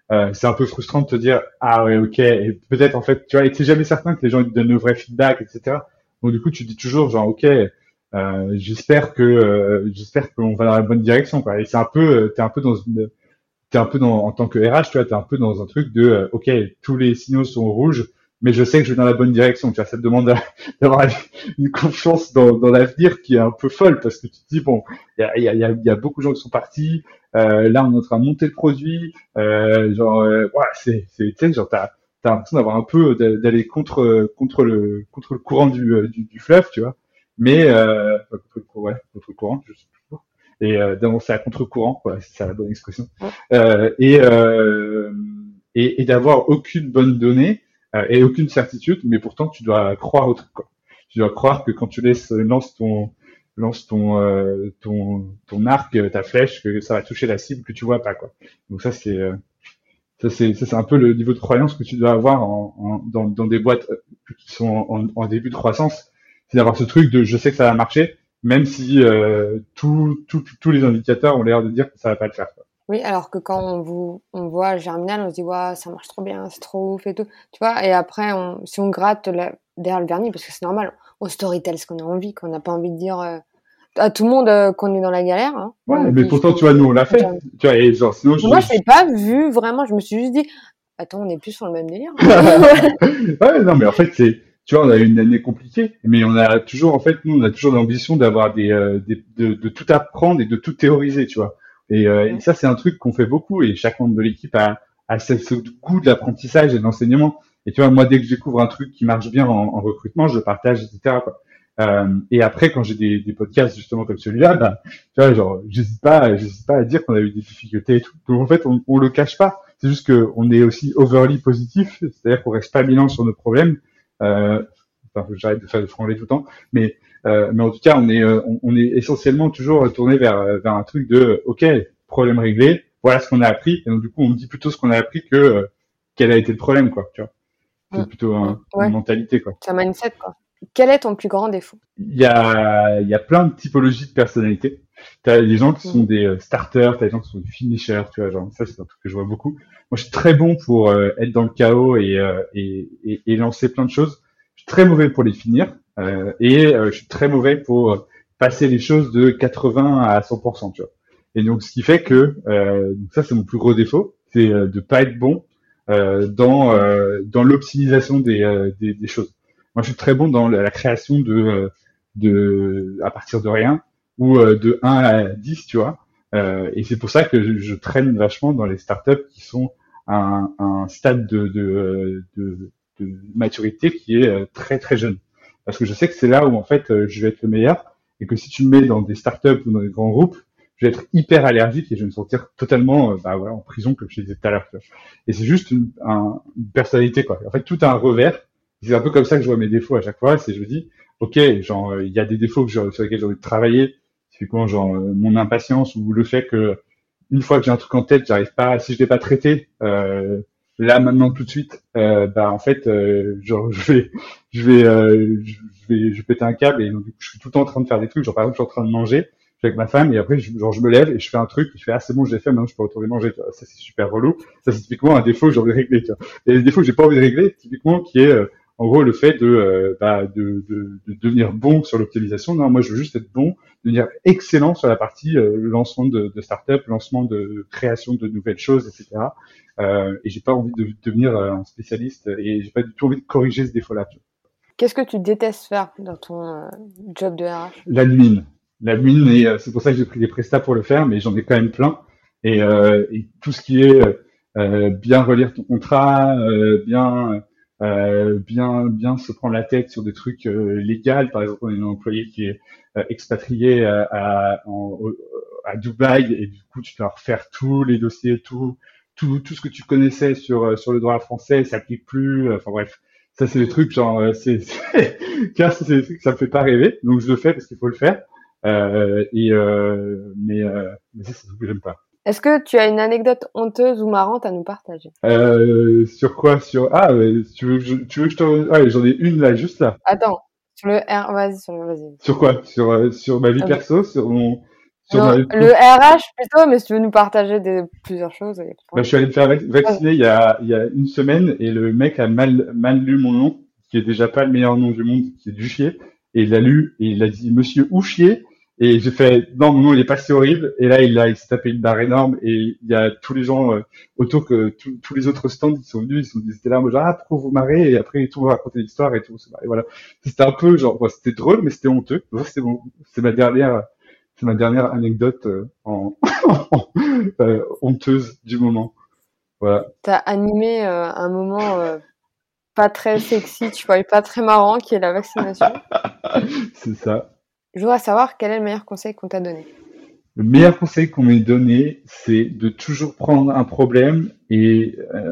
B: euh, c'est un peu frustrant de te dire ah ouais ok et peut-être en fait tu vois et t'es jamais certain que les gens ils te donnent le vrai feedback et cetera. Donc du coup tu dis toujours genre ok euh, j'espère que euh, j'espère qu'on va dans la bonne direction quoi. Et c'est un peu euh, t'es un peu dans une t'es un peu dans, en tant que R H, tu vois, t'es un peu dans un truc de, euh, ok, tous les signaux sont rouges, mais je sais que je vais dans la bonne direction. Tu vois, ça te demande d'avoir une confiance dans, dans l'avenir qui est un peu folle parce que tu te dis bon, il y a, y, a, y, a, y a beaucoup de gens qui sont partis. Euh, là, on est en train de monter le produit. Euh, genre, euh, ouais, c'est, c'est, tu sais, genre t'as, t'as l'impression d'avoir un peu d'aller contre contre le contre le courant du du, du fleuve, tu vois. Mais euh, contre le courant, ouais, contre le courant, je sais plus. Et euh, d'avancer à contre-courant, voilà, c'est ça la bonne expression euh, et, euh, et, et d'avoir aucune bonne donnée euh, et aucune certitude, mais pourtant tu dois croire au truc. Quoi. Tu dois croire que quand tu laisses lance ton lance ton euh, ton ton arc, ta flèche, que ça va toucher la cible que tu vois pas quoi. Donc ça c'est euh, ça c'est ça c'est un peu le niveau de croyance que tu dois avoir en, en dans dans des boîtes qui sont en, en début de croissance, c'est d'avoir ce truc de je sais que ça va marcher, même si euh, tous tout, tous les indicateurs ont l'air de dire que ça va pas le faire. Quoi.
A: Oui, alors que quand on, vous, on voit Germinal, on se dit, ouais, ça marche trop bien, c'est trop ouf et tout. Tu vois, et après, on, si on gratte la, derrière le vernis, parce que c'est normal, on storytell ce qu'on a envie, qu'on n'a pas envie de dire euh, à tout le monde euh, qu'on est dans la galère. Hein.
B: Ouais,
A: Donc,
B: mais
A: il
B: pourtant,
A: faut,
B: tu vois, nous, on l'a fait.
A: Germinal.
B: Tu vois, et genre, sinon, je,
A: Moi, je
B: je...
A: l'ai pas vu, vraiment, je me suis juste dit, attends, on est plus sur le même délire.
B: ouais, non, mais en fait, c'est, tu vois, on a eu une année compliquée, mais on a toujours, en fait, nous, on a toujours l'ambition d'avoir des, euh, des de, de tout apprendre et de tout théoriser, tu vois. Et, euh, et ça, c'est un truc qu'on fait beaucoup et chaque membre de l'équipe a, a ce, ce goût de l'apprentissage et de l'enseignement. Et tu vois, moi, dès que je découvre un truc qui marche bien en, en recrutement, je le partage, et cetera. Quoi. Euh, et après, quand j'ai des, des podcasts justement comme celui-là, bah, tu vois, genre, j'hésite pas, j'hésite pas à dire qu'on a eu des difficultés et tout. Donc en fait, on, on le cache pas. C'est juste que on est aussi overly positif, c'est-à-dire qu'on reste pas bilan sur nos problèmes. Euh, enfin, j'arrête de faire de franglais tout le temps, mais euh, mais en tout cas, on est on, on est essentiellement toujours tourné vers vers un truc de ok, problème réglé, voilà ce qu'on a appris. Et donc du coup, on dit plutôt ce qu'on a appris que euh, quel a été le problème, quoi. Tu vois, c'est plutôt un,
A: ouais.
B: une mentalité, quoi.
A: C'est un mindset, quoi. Quel est ton plus grand défaut?
B: Il y a il y a plein de typologies de personnalités. T'as des gens qui sont des euh, starters, t'as des gens qui sont des finishers, tu vois, genre ça c'est un truc que je vois beaucoup. Moi je suis très bon pour euh, être dans le chaos et, euh, et, et, et lancer plein de choses. Je suis très mauvais pour les finir euh, et euh, je suis très mauvais pour passer les choses de quatre-vingts à cent pour cent, tu vois. Et donc ce qui fait que euh, donc ça c'est mon plus gros défaut, c'est euh, de pas être bon euh, dans euh, dans l'optimisation des, euh, des des choses. Moi je suis très bon dans la création de euh, de à partir de rien ou euh, de un à dix, tu vois. Euh, et c'est pour ça que je, je traîne vachement dans les startups qui sont à un, un stade de, de, de, de maturité qui est euh, très très jeune. Parce que je sais que c'est là où en fait euh, je vais être le meilleur et que si tu me mets dans des startups ou dans des grands groupes, je vais être hyper allergique et je vais me sentir totalement euh, bah, voilà, en prison comme je disais tout à l'heure. Et c'est juste une, un, une personnalité quoi. En fait, tout a un revers. C'est un peu comme ça que je vois mes défauts à chaque fois. C'est je me dis, ok, genre il y a des défauts que je, sur lesquels j'ai envie de travailler. Typiquement, genre euh, mon impatience ou le fait que une fois que j'ai un truc en tête, j'arrive pas, si je l'ai pas traité, euh, là maintenant tout de suite, euh, bah en fait, euh, genre je vais, je vais, euh, je vais, je vais péter un câble et donc du coup, je suis tout le temps en train de faire des trucs. Genre par exemple, je suis en train de manger, je suis avec ma femme et après, je, genre je me lève et je fais un truc, et je fais ah c'est bon, je l'ai fait, maintenant je peux retourner manger. Tu vois. Ça c'est super relou. Ça c'est typiquement un défaut que j'ai envie de régler. Tu vois. Et les défauts que j'ai pas envie de régler, typiquement qui est euh, en gros le fait de, euh, bah, de, de, de devenir bon sur l'optimisation. Non, moi je veux juste être bon, devenir excellent sur la partie euh, lancement de, de start-up, lancement de création de nouvelles choses, et cetera. Euh, et j'ai pas envie de devenir euh, un spécialiste et j'ai pas du tout envie de corriger ce défaut-là.
A: Qu'est-ce que tu détestes faire dans ton euh, job de R H?
B: L'admin, l'admin et euh, c'est pour ça que j'ai pris des prestats pour le faire, mais j'en ai quand même plein. Et, euh, et tout ce qui est euh, bien relire ton contrat, euh, bien euh, bien bien se prendre la tête sur des trucs euh, légaux. Par exemple, on a un employé qui est euh, expatrié à, à, en, à Dubaï et du coup tu dois refaire tous les dossiers, tout tout tout ce que tu connaissais sur sur le droit français, ça s'applique plus. Enfin bref, ça c'est des trucs genre euh, c'est c'est car c'est des trucs que ça me fait pas rêver, donc je le fais parce qu'il faut le faire. Euh, et euh, mais euh, mais ça c'est ce que j'aime pas.
A: Est-ce que tu as une anecdote honteuse ou marrante à nous partager?
B: Euh, sur quoi? Sur ah, euh, tu veux, je, tu veux que je te, ah, j'en ai une là, juste là.
A: Attends, sur le R, vas-y, sur le, vas-y.
B: Sur quoi? Sur euh, sur ma vie
A: Ah,
B: perso, sur mon, Si on
A: Non,
B: arrive
A: le R H plutôt, mais si tu veux nous partager des, plusieurs choses. Il y a pas
B: Bah,
A: de
B: je suis allé me faire vac- vacciner il y a, il y a une semaine et le mec a mal, mal lu mon nom, qui est déjà pas le meilleur nom du monde, qui est du chier. Et il l'a lu et il a dit Monsieur Ouchier. Et j'ai fait non, mon nom il est pas si horrible. Et là il a, il s'est tapé une barre énorme et il y a tous les gens euh, autour que tous tous les autres stands qui sont venus, ils sont ils étaient là, moi genre ah pourquoi vous marrez et après tout raconter l'histoire et tout. Et voilà, c'était un peu genre ouais, c'était drôle mais c'était honteux. Ouais, C'était mon, c'est ma dernière, c'est ma dernière anecdote euh, en euh, honteuse du moment. Voilà,
A: T'as animé euh, un moment euh, pas très sexy, tu vois, et pas très marrant, qui est la vaccination.
B: c'est ça.
A: Je voudrais savoir quel est le meilleur conseil qu'on t'a donné.
B: Le meilleur conseil qu'on m'ait donné, c'est de toujours prendre un problème et euh,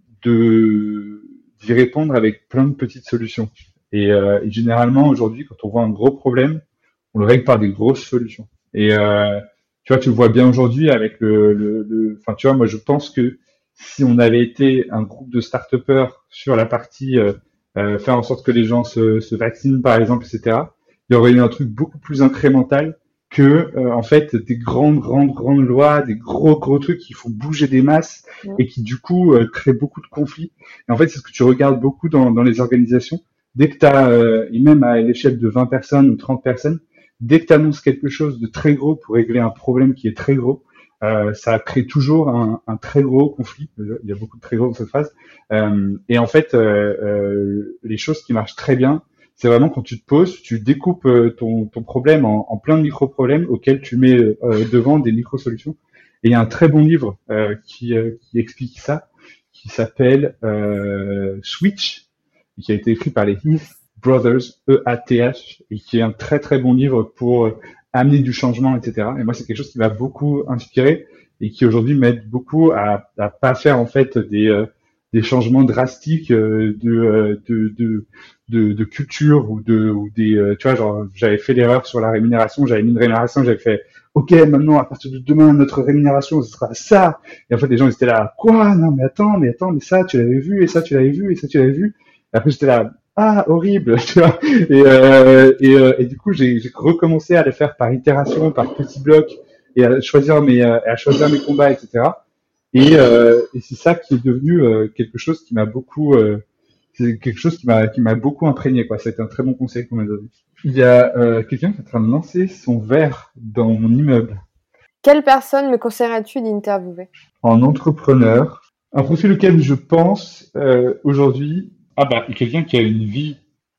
B: de d'y répondre avec plein de petites solutions. Et, euh, et généralement aujourd'hui, quand on voit un gros problème, on le règle par des grosses solutions. Et euh, tu vois, tu le vois bien aujourd'hui avec le, le, le- enfin, tu vois, moi je pense que si on avait été un groupe de start-upers sur la partie euh, euh, faire en sorte que les gens se, se vaccinent, par exemple, et cetera, il y aurait eu un truc beaucoup plus incrémental que euh, en fait des grandes, grandes, grandes lois, des gros, gros trucs qui font bouger des masses
A: Mm.
B: et qui du coup euh, créent beaucoup de conflits. Et en fait, c'est ce que tu regardes beaucoup dans, dans les organisations. Dès que tu as, euh, et même à l'échelle de vingt personnes ou trente personnes, dès que tu annonces quelque chose de très gros pour régler un problème qui est très gros, euh, ça crée toujours un, un très gros conflit. Il y a beaucoup de très gros dans cette phrase. Euh, et en fait, euh, euh, les choses qui marchent très bien, c'est vraiment quand tu te poses, tu découpes euh, ton, ton problème en, en plein de micro-problèmes auxquels tu mets euh, devant des micro-solutions. Et il y a un très bon livre euh, qui, euh, qui explique ça, qui s'appelle euh, Switch, qui a été écrit par les Heath Brothers, E A T H, et qui est un très très bon livre pour euh, amener du changement, et cetera. Et moi, c'est quelque chose qui m'a beaucoup inspiré et qui aujourd'hui m'aide beaucoup à, à pas faire en fait des euh, des changements drastiques euh, de, euh, de, de de de culture ou de ou des euh, tu vois genre j'avais fait l'erreur sur la rémunération, j'avais mis une rémunération, j'avais fait ok maintenant à partir de demain notre rémunération ce sera ça. Et en fait les gens ils étaient là quoi non mais attends mais attends mais ça tu l'avais vu et ça tu l'avais vu et ça tu l'avais vu. Et après j'étais là ah horrible tu vois et euh, et, euh, et du coup j'ai j'ai recommencé à le faire par itération par petits blocs et à choisir mes euh, à choisir mes combats etc. Et, euh, et c'est ça qui est devenu euh, quelque chose qui m'a beaucoup euh, c'est quelque chose qui m'a qui m'a beaucoup imprégné quoi. C'était un très bon conseil qu'on m'a donné. Il y a euh, quelqu'un qui est en train de lancer son verre dans mon immeuble.
A: Quelle personne me conseillerais-tu d'interviewer?
B: En entrepreneur, un profil auquel je pense euh, aujourd'hui. Ah bah quelqu'un qui a une vie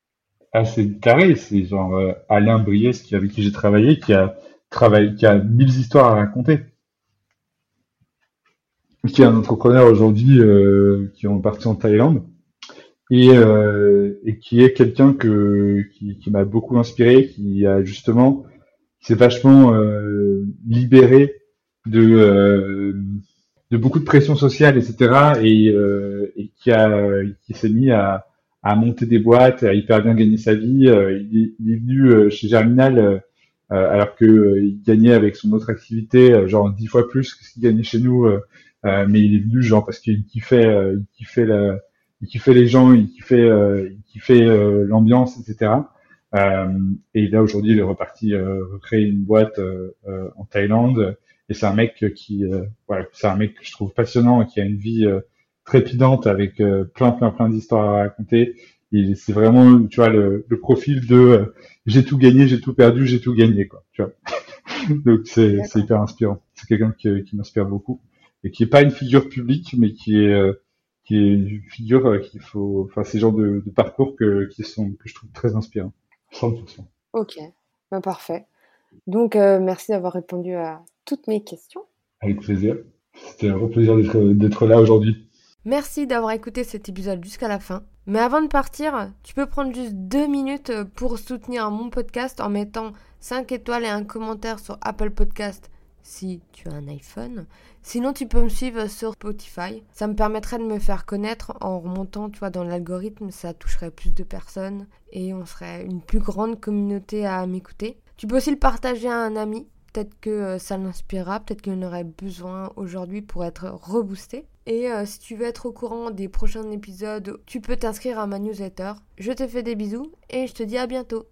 B: assez tarée, c'est genre euh, Alain Briès qui avec qui j'ai travaillé, qui a travaillé, qui a mille histoires à raconter, qui est un entrepreneur aujourd'hui euh, qui est parti en Thaïlande. Et, euh, et qui est quelqu'un que qui, qui m'a beaucoup inspiré, qui a justement qui s'est vachement euh, libéré de euh, de beaucoup de pression sociale, et cetera. Et, euh, et qui a qui s'est mis à à monter des boîtes, à hyper bien gagner sa vie. Euh, il, est, il est venu euh, chez Germinal euh, euh, alors que euh, il gagnait avec son autre activité euh, genre dix fois plus que ce qu'il gagnait chez nous. Euh, euh, mais il est venu genre parce qu'il kiffait euh, il kiffait la il kiffait les gens, il kiffait, euh, il kiffait euh, l'ambiance, et cetera. Euh, et là aujourd'hui, il est reparti euh, recréer une boîte euh, euh, en Thaïlande. Et c'est un mec qui, euh, ouais, c'est un mec que je trouve passionnant et qui a une vie euh, trépidante avec euh, plein, plein, plein d'histoires à raconter. Et c'est vraiment, tu vois, le, le profil de euh, j'ai tout gagné, j'ai tout perdu, j'ai tout gagné, quoi. Tu vois. Donc c'est, c'est
A: D'accord.
B: hyper inspirant. C'est quelqu'un qui, qui m'inspire beaucoup et qui est pas une figure publique, mais qui est euh, qui est une figure euh, qu'il faut, enfin, ces genres de, de parcours que, qui sont, que je trouve très inspirants. cent pour cent.
A: Ok, ben, parfait. Donc, euh, merci d'avoir répondu à toutes mes questions.
B: Avec plaisir. C'était un vrai plaisir d'être, d'être là aujourd'hui.
A: Merci d'avoir écouté cet épisode jusqu'à la fin. Mais avant de partir, tu peux prendre juste deux minutes pour soutenir mon podcast en mettant cinq étoiles et un commentaire sur Apple Podcast si tu as un iPhone. Sinon, tu peux me suivre sur Spotify. Ça me permettrait de me faire connaître en remontant, tu vois, dans l'algorithme. Ça toucherait plus de personnes et on serait une plus grande communauté à m'écouter. Tu peux aussi le partager à un ami. Peut-être que ça l'inspirera, peut-être qu'il en aurait besoin aujourd'hui pour être reboosté. Et euh, si tu veux être au courant des prochains épisodes, tu peux t'inscrire à ma newsletter. Je te fais des bisous et je te dis à bientôt.